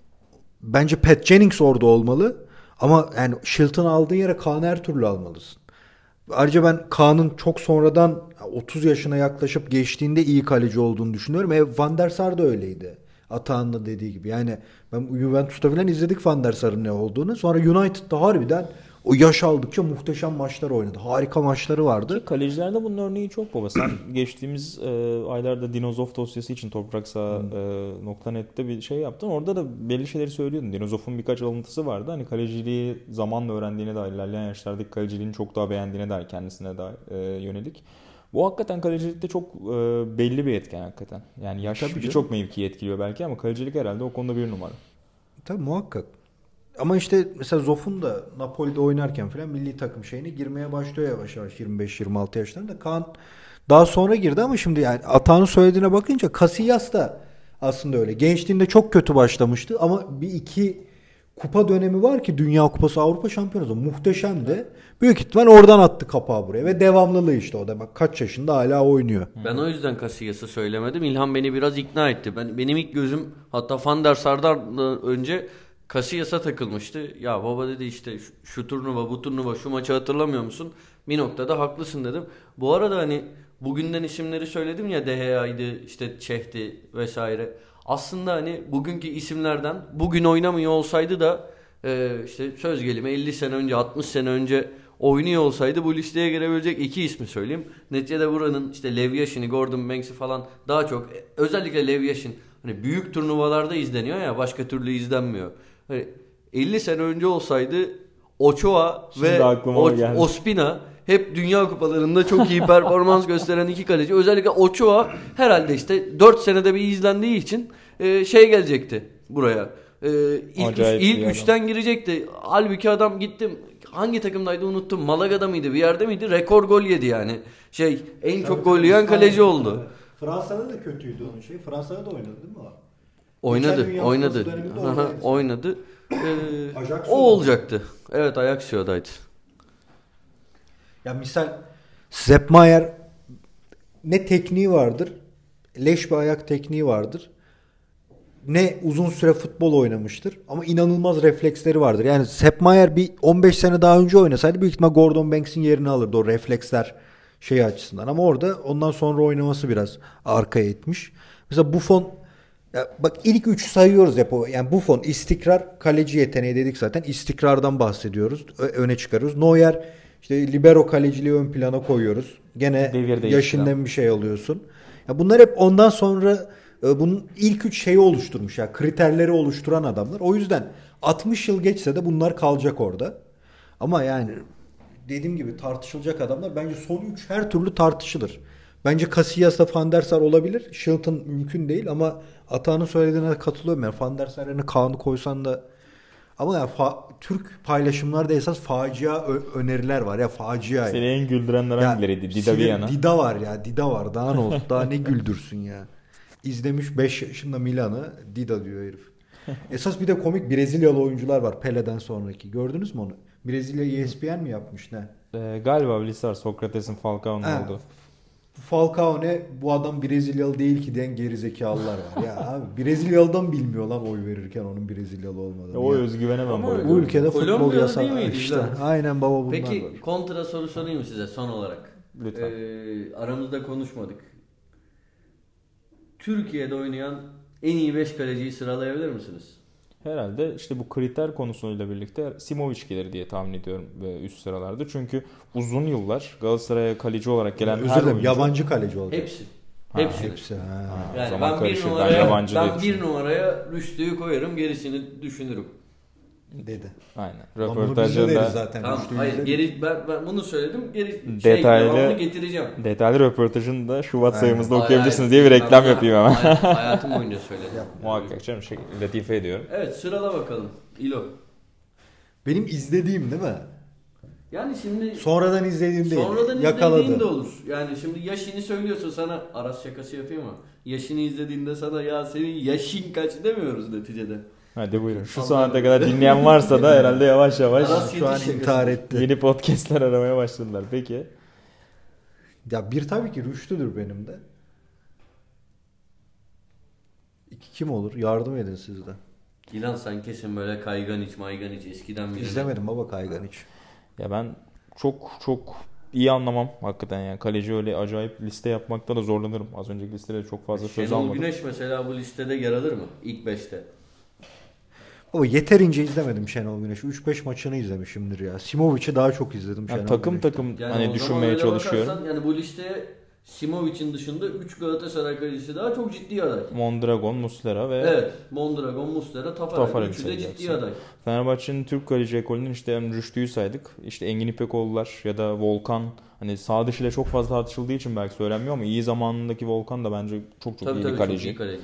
bence Pat Jennings orada olmalı. Ama yani Shilton'ı aldığın yere Kaan'ı her türlü almalısın. Ayrıca ben Kaan'ın çok sonradan 30 yaşına yaklaşıp geçtiğinde iyi kaleci olduğunu düşünüyorum. Van der Sar da öyleydi. Atahan'ın da dediği gibi. Yani ben Juventus'ta falan izledik Van der Sar'ın ne olduğunu. Sonra United'da harbiden o yaş aldıkça muhteşem maçlar oynadı. Harika maçları vardı. Kalecilerde bunun örneği çok baba. Sen geçtiğimiz aylarda Dinozov dosyası için topraksaha.net'te bir şey yaptın. Orada da belli şeyleri söylüyordun. Dinozov'un birkaç alıntısı vardı. Hani kaleciliği zamanla öğrendiğine dair, ilerleyen yaşlardaki kaleciliğini çok daha beğendiğine dair, kendisine dair yönelik. Bu hakikaten kalecilikte çok belli bir etken hakikaten. Yani yaş birçok mevkiyi etkiliyor belki ama kalecilik herhalde o konuda bir numara. Tabii muhakkak. Ama işte mesela Zoff'un da Napoli'de oynarken falan milli takım şeyine girmeye başlıyor yavaş yavaş 25-26 yaşlarında. Kaan daha sonra girdi ama şimdi yani Atahan'ın söylediğine bakınca Casillas da aslında öyle. Gençliğinde çok kötü başlamıştı ama bir iki kupa dönemi var ki, Dünya Kupası, Avrupa Şampiyonası muhteşemdi. Büyük ihtimal oradan attı kapağı buraya ve devamlılığı işte o da. Bak kaç yaşında hala oynuyor. Ben o yüzden Casillas'ı söylemedim. İlhan beni biraz ikna etti. Benim ilk gözüm hatta Van der Sar'dan önce Casillas'a takılmıştı. Ya baba dedi, işte şu turnuva, bu turnuva, şu maçı hatırlamıyor musun? Bir noktada haklısın dedim. Bu arada hani bugünden isimleri söyledim ya, De Gea'ydı, işte Çeh'ti vesaire. Aslında hani bugünkü isimlerden bugün oynamıyor olsaydı da işte söz gelimi 50 sene önce, 60 sene önce oynuyor olsaydı bu listeye girebilecek iki ismi söyleyeyim. Neticede buranın işte Lev Yashin'i, Gordon Banks'i falan daha çok, özellikle Lev Yashin hani büyük turnuvalarda izleniyor ya, başka türlü izlenmiyor. Hani 50 sene önce olsaydı Ochoa Şimdi ve Ospina hep Dünya Kupalarında çok iyi performans gösteren iki kaleci. Özellikle Ochoa herhalde işte 4 senede bir izlendiği için gelecekti buraya. İlk üçten girecekti. Halbuki adam gitti. Hangi takımdaydı unuttum. Malaga'da mıydı, bir yerde miydi? Rekor gol yedi yani. En çok gol yiyen kaleci oldu. Fransa'da da kötüydü onun şeyi. Fransa'da da oynadı değil mi o? Oynadı. O olacaktı. Evet, Ajax'daydı. Ya misal Sepp Maier ne tekniği vardır, leş bir ayak tekniği vardır, ne uzun süre futbol oynamıştır ama inanılmaz refleksleri vardır. Yani Sepp Maier bir 15 sene daha önce oynasaydı büyük ihtimal Gordon Banks'in yerini alırdı o refleksler açısından. Ama orada ondan sonra oynaması biraz arkaya itmiş. Mesela Buffon, ya bak ilk 3 sayıyoruz hep o. Yani Buffon istikrar, kaleci yeteneği dedik zaten. İstikrardan bahsediyoruz. Öne çıkarıyoruz. Neuer işte libero kaleciliği ön plana koyuyoruz. Gene yaşından bir şey alıyorsun. Ya bunlar hep ondan sonra bunun ilk 3 şeyi oluşturmuş ya. Kriterleri oluşturan adamlar. O yüzden 60 yıl geçse de bunlar kalacak orada. Ama yani dediğim gibi tartışılacak adamlar. Bence son 3 her türlü tartışılır. Bence Casillas'la Van der Sar olabilir. Shilton mümkün değil ama Atahan'ın söylediğine katılıyorum. Yani Van der Sar yerine Kaan'ı koysan da ama ya Türk paylaşımlarda esas facia öneriler var ya, facia. Seni en güldürenler hangileriydi? Dida Viyana. Dida var ya, Dida var. Daha ne olsun? Daha ne güldürsün ya. İzlemiş 5 yaşında Milan'ı, Dida diyor herif. Esas bir de komik Brezilyalı oyuncular var Pele'den sonraki. Gördünüz mü onu? Brezilya ESPN mi yapmış ne? Galiba Lisar Sokrates'in Falcao'nun oldu. Falcao ne? Bu adam Brezilyalı değil ki diyen gerizekalılar var. Ya abi Brezilyalı'dan bilmiyor lan oy verirken onun Brezilyalı olmadığını. O özgüvene ben böyle. Bu ülkede futbol Kolombiyalı yasağı değil miydi işte. lan? Aynen baba bunlar Peki var. kontra soru sorayım mı size son olarak? Lütfen. Aramızda konuşmadık. Türkiye'de oynayan en iyi 5 kaleciyi sıralayabilir misiniz? Herhalde işte bu kriter konusuyla birlikte Simovic gelir diye tahmin ediyorum üst sıralarda. Çünkü uzun yıllar Galatasaray'a kaleci olarak gelen Özür her dilerim, oyuncu... yabancı kaleci olacak. Hepsi. Ha, Hepsi. Ha. o Yani zaman ben karışır. bir Ben numaraya yabancı diye ben bir düşünüyorum. numaraya Rüştü'yü koyarım, gerisini düşünürüm. Dedi. Aynen. Lan bunu biz de Röportajında deriz zaten. Tamam, Rüştü'yü hayır, izledik. ben bunu söyledim. Detaylı- Devamını getireceğim. detaylı röportajında Şubat Aynen. sayımızda Hayır, okuyabilirsiniz hayır, diye bir ben reklam bunu yapayım hemen. Hayatım boyunca söyledim. Muhakkak canım latife ediyorum. Evet, sırala bakalım. İlo. Benim izlediğim değil mi? Yani şimdi Sonradan izlediğim değil. sonradan Yakaladı. izlediğin de olur. Yani şimdi yaşını söylüyorsa sana, Aras şakası yapayım mı? Yaşını izlediğinde sana ya senin yaşın kaç demiyoruz neticede. Hadi buyurun. Şu Allah saate Allah. kadar dinleyen varsa da herhalde yavaş yavaş Aras Şu an yetiş intihar şakası. etti. yeni podcastler aramaya başladılar. Peki. Ya bir tabii ki Rüştü'dür benim de. İki kim olur? Yardım edin siz de. İlan sen kesin böyle kaygan iç eskiden beri. İzlemedim baba kaygan hiç. Ya ben çok iyi anlamam hakikaten yani. Kaleci öyle acayip liste yapmakta da zorlanırım. Az önceki listede çok fazla söz Şenol almadım. Güneş mesela bu listede yer alır mı? İlk 5'te. Baba yeterince izlemedim Şenol Güneş'i. 3-5 maçını izlemişimdir ya. Simovic'i daha çok izledim Yani Şenol takım Güneş'ten. takım Yani hani o düşünmeye zaman öyle çalışıyorum. bakarsan, yani bu listeye Simovic'in dışında 3 Galatasaray kalecisi daha çok ciddi aday. Mondragon, Muslera ve Evet. Mondragon, Muslera, Tafarel. Tafarel Üçü de ciddi sayacaksın. aday. Fenerbahçe'nin Türk kaleci ekolünün işte hem Rüştü'yü saydık. İşte Engin İpekoğlu'lar ya da Volkan, hani sağ dışı ile çok fazla tartışıldığı için belki söylemiyor ama iyi zamanındaki Volkan da bence çok iyi bir Tabii kaleci. çok iyi kaleci.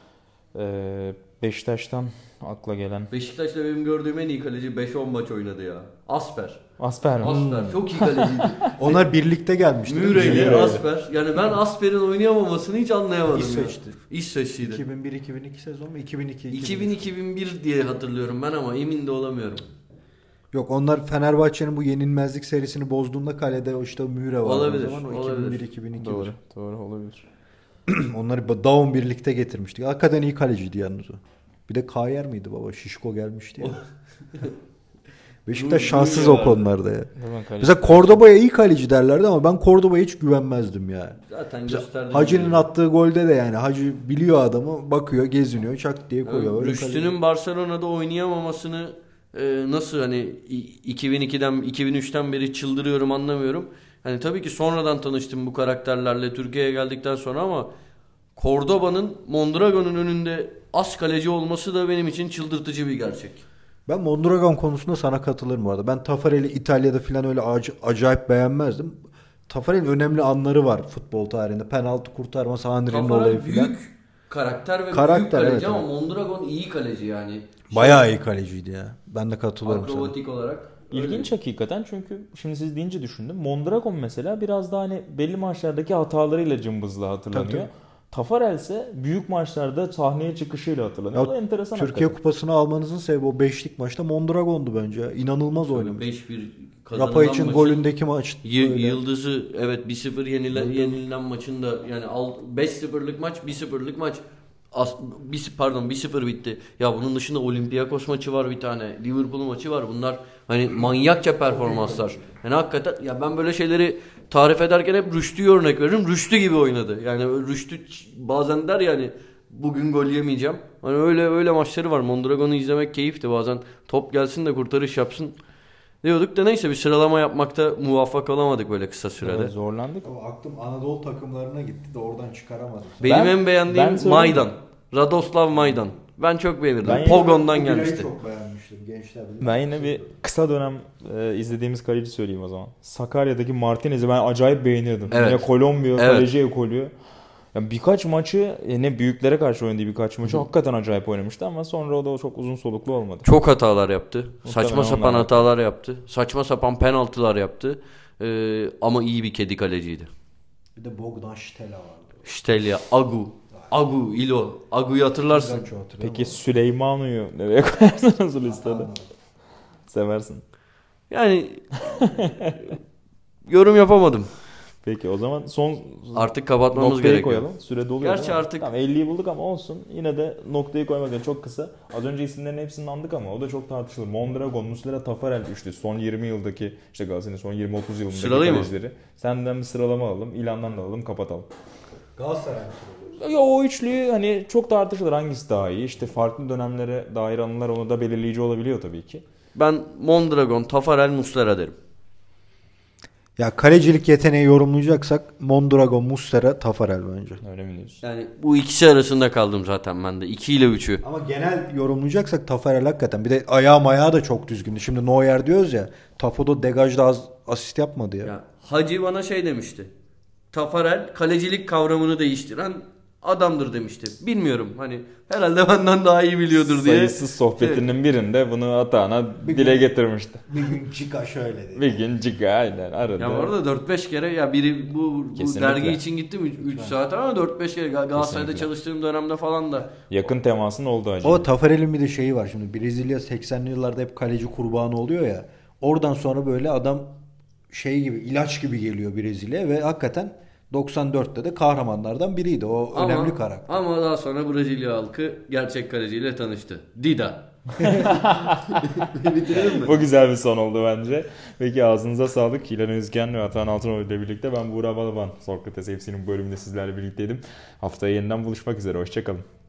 Beşiktaş'tan akla gelen Beşiktaş'ta benim gördüğüm en iyi kaleci 5-10 maç oynadı ya. Asper. Asper mi? Asper çok iyi kaleciydi. Onlar birlikte gelmişti. Müreyle, Müreyle. Asper. Yani ben Asper'in oynayamamasını hiç anlayamadım İsveç'ti. ya. İsveçliydi. 2001-2002 sezon mu? 2002 2000-2001 diye hatırlıyorum ben ama emin de olamıyorum. Yok, onlar Fenerbahçe'nin bu yenilmezlik serisini bozduğunda kalede işte Müre vardı. Olabilir, O zaman o olabilir. 2001-2002. Doğru olabilir. Onları Daum birlikte getirmiştik. Hakikaten iyi kaleciydi yalnız o. Bir de Kayer miydi baba? Şişko gelmişti ya. Beşiktaş şanssız o konularda ya. Mesela Cordoba'ya iyi kaleci derlerdi ama ben Cordoba'ya hiç güvenmezdim ya. Zaten gösterdi. Hacı'nın attığı golde de yani Hacı biliyor adamı, bakıyor, geziniyor, çak diye koyuyor. Öyle Rüştü'nün kaleci. Barcelona'da oynayamamasını nasıl hani 2002'den 2003'ten beri çıldırıyorum anlamıyorum. Hani tabii ki sonradan tanıştım bu karakterlerle Türkiye'ye geldikten sonra ama Cordoba'nın Mondragon'un önünde as kaleci olması da benim için çıldırtıcı bir gerçek. Ben Mondragon konusunda sana katılırım bu arada. Ben Taffarel'i İtalya'da falan öyle acayip beğenmezdim. Taffarel'in önemli anları var futbol tarihinde. Penaltı kurtarması, Henry'nin olayı Tafarel falan. büyük karakter ve büyük Karakter, kaleci evet, ama evet. Mondragon iyi kaleci yani. Bayağı iyi kaleciydi ya. Ben de katılıyorum sana. Akrobatik olarak. İlginç hakikaten çünkü şimdi siz deyince düşündüm. Mondragon mesela biraz daha hani belli maçlardaki hatalarıyla cımbızla hatırlanıyor. Tabii. Tafarel ise büyük maçlarda sahneye çıkışıyla hatırlanıyor. O da enteresan. Türkiye hakikaten. Kupası'nı almanızın sebebi o beşlik maçta Mondragon'du bence. İnanılmaz oynamış. 5-1 kazanılan Rapa için maçın golündeki maç. öyle. Yıldızı evet 1-0 yenilen maçında yani 5-0'lık maç 1-0'lık maç 1-0 bitti. Ya bunun dışında Olympiakos maçı var bir tane. Liverpool maçı var. Bunlar hani manyakça performanslar. Yani hakikaten ya ben böyle şeyleri tarif ederken hep Rüştü'ye örnek veririm. Rüştü gibi oynadı. Yani Rüştü bazen der yani bugün gol yemeyeceğim. Hani öyle maçları var. Mondragon'u izlemek keyifti. Bazen top gelsin de kurtarış yapsın. diyorduk da neyse bir sıralama yapmakta muvaffak olamadık böyle kısa sürede. Evet, zorlandık. Ama aklım Anadolu takımlarına gitti de oradan çıkaramadım. Benim Ben- en beğendiğim ben söyleyeyim Maydan. Radoslav Maydan. Ben çok beğenirdim. Ben- Pogon'dan Gülay'ı gelmişti. çok beğenmiştim gençler bilir. Ben yine bir kısa dönem izlediğimiz kaleci söyleyeyim o zaman. Sakarya'daki Martinez'i ben acayip beğeniyordum. Evet. Yine Kolombiya Evet. kaleci ekolü. Yani birkaç maçı ne büyüklere karşı oynadığı birkaç maçı hakikaten acayip oynamıştı ama sonra o da çok uzun soluklu olmadı. Çok hatalar yaptı. Saçma Muhtemelen sapan onlar hatalar yaptı. Saçma sapan penaltılar yaptı. Ama iyi bir kedi kaleciydi. Bir de Bogdan Ştela vardı. Ştelya, Agu, İlo. Agu'yu hatırlarsın. Gerçi hatırlamam. Peki Süleyman'ı nereye koyarsınız bu listede? Seversin. Yani yorum yapamadım. Peki o zaman son Artık kapatmamız noktayı gerekiyor. koyalım. Süre doluyor. Gerçi değil mi? artık- Tamam 50'yi bulduk ama olsun. Yine de noktayı koymak için çok kısa. Az önce isimlerin hepsini andık ama o da çok tartışılır. Mondragon, Muslera, Tafarel üçlü. Son 20 yıldaki işte Galatasaray'ın son 20-30 yılındaki Sıralayayım mı? kalecileri. Senden bir sıralama alalım. İlandan da alalım, kapatalım. Galatasaray mı söylüyoruz? Ya o üçlüyü hani çok tartışılır hangisi daha iyi. İşte farklı dönemlere dair anılar onu da belirleyici olabiliyor tabii ki. Ben Mondragon, Tafarel, Muslera derim. Ya kalecilik yeteneği yorumlayacaksak Mondragon, Muslera, Tafarel bence. Öyle mi diyorsun? Yani bu ikisi arasında kaldım zaten ben de. 2 ile 3'ü. Ama genel yorumlayacaksak Tafarel hakikaten. Bir de ayağı da çok düzgündü. Şimdi Neuer diyoruz ya. Tafo'da degajda az asist yapmadı ya. Ya, Hacı bana şey demişti. Tafarel kalecilik kavramını değiştiren adamdır demişti. Bilmiyorum hani herhalde benden daha iyi biliyordur diye. Sayısız sohbetinin birinde bunu Atahan'a dile getirmişti. Bir gün Cika şöyle dedi. Bir gün Ciga aynen aradı. Ya orada 4-5 kere ya biri bu Kesinlikle. dergi için gittim 3 saat ama 4-5 kere Galatasaray'da Kesinlikle. çalıştığım dönemde falan da. Yakın temasın oldu acaba. O Tafarel'in bir de şeyi var şimdi. Brezilya 80'li yıllarda hep kaleci kurbanı oluyor ya. Oradan sonra böyle adam şey gibi ilaç gibi geliyor Brezilya ve hakikaten 94'te de kahramanlardan biriydi. O önemli karakter. Ama daha sonra Brezilya halkı gerçek kaleciyle tanıştı. Dida. Bitirelim mi? Bu güzel bir son oldu bence. Peki ağzınıza sağlık. İlhan Özgen ve Atahan Altınoğlu ile birlikte ben Buğra Balaban. Sokrates FC'nin bölümünde sizlerle birlikteydim. Haftaya yeniden buluşmak üzere. Hoşçakalın.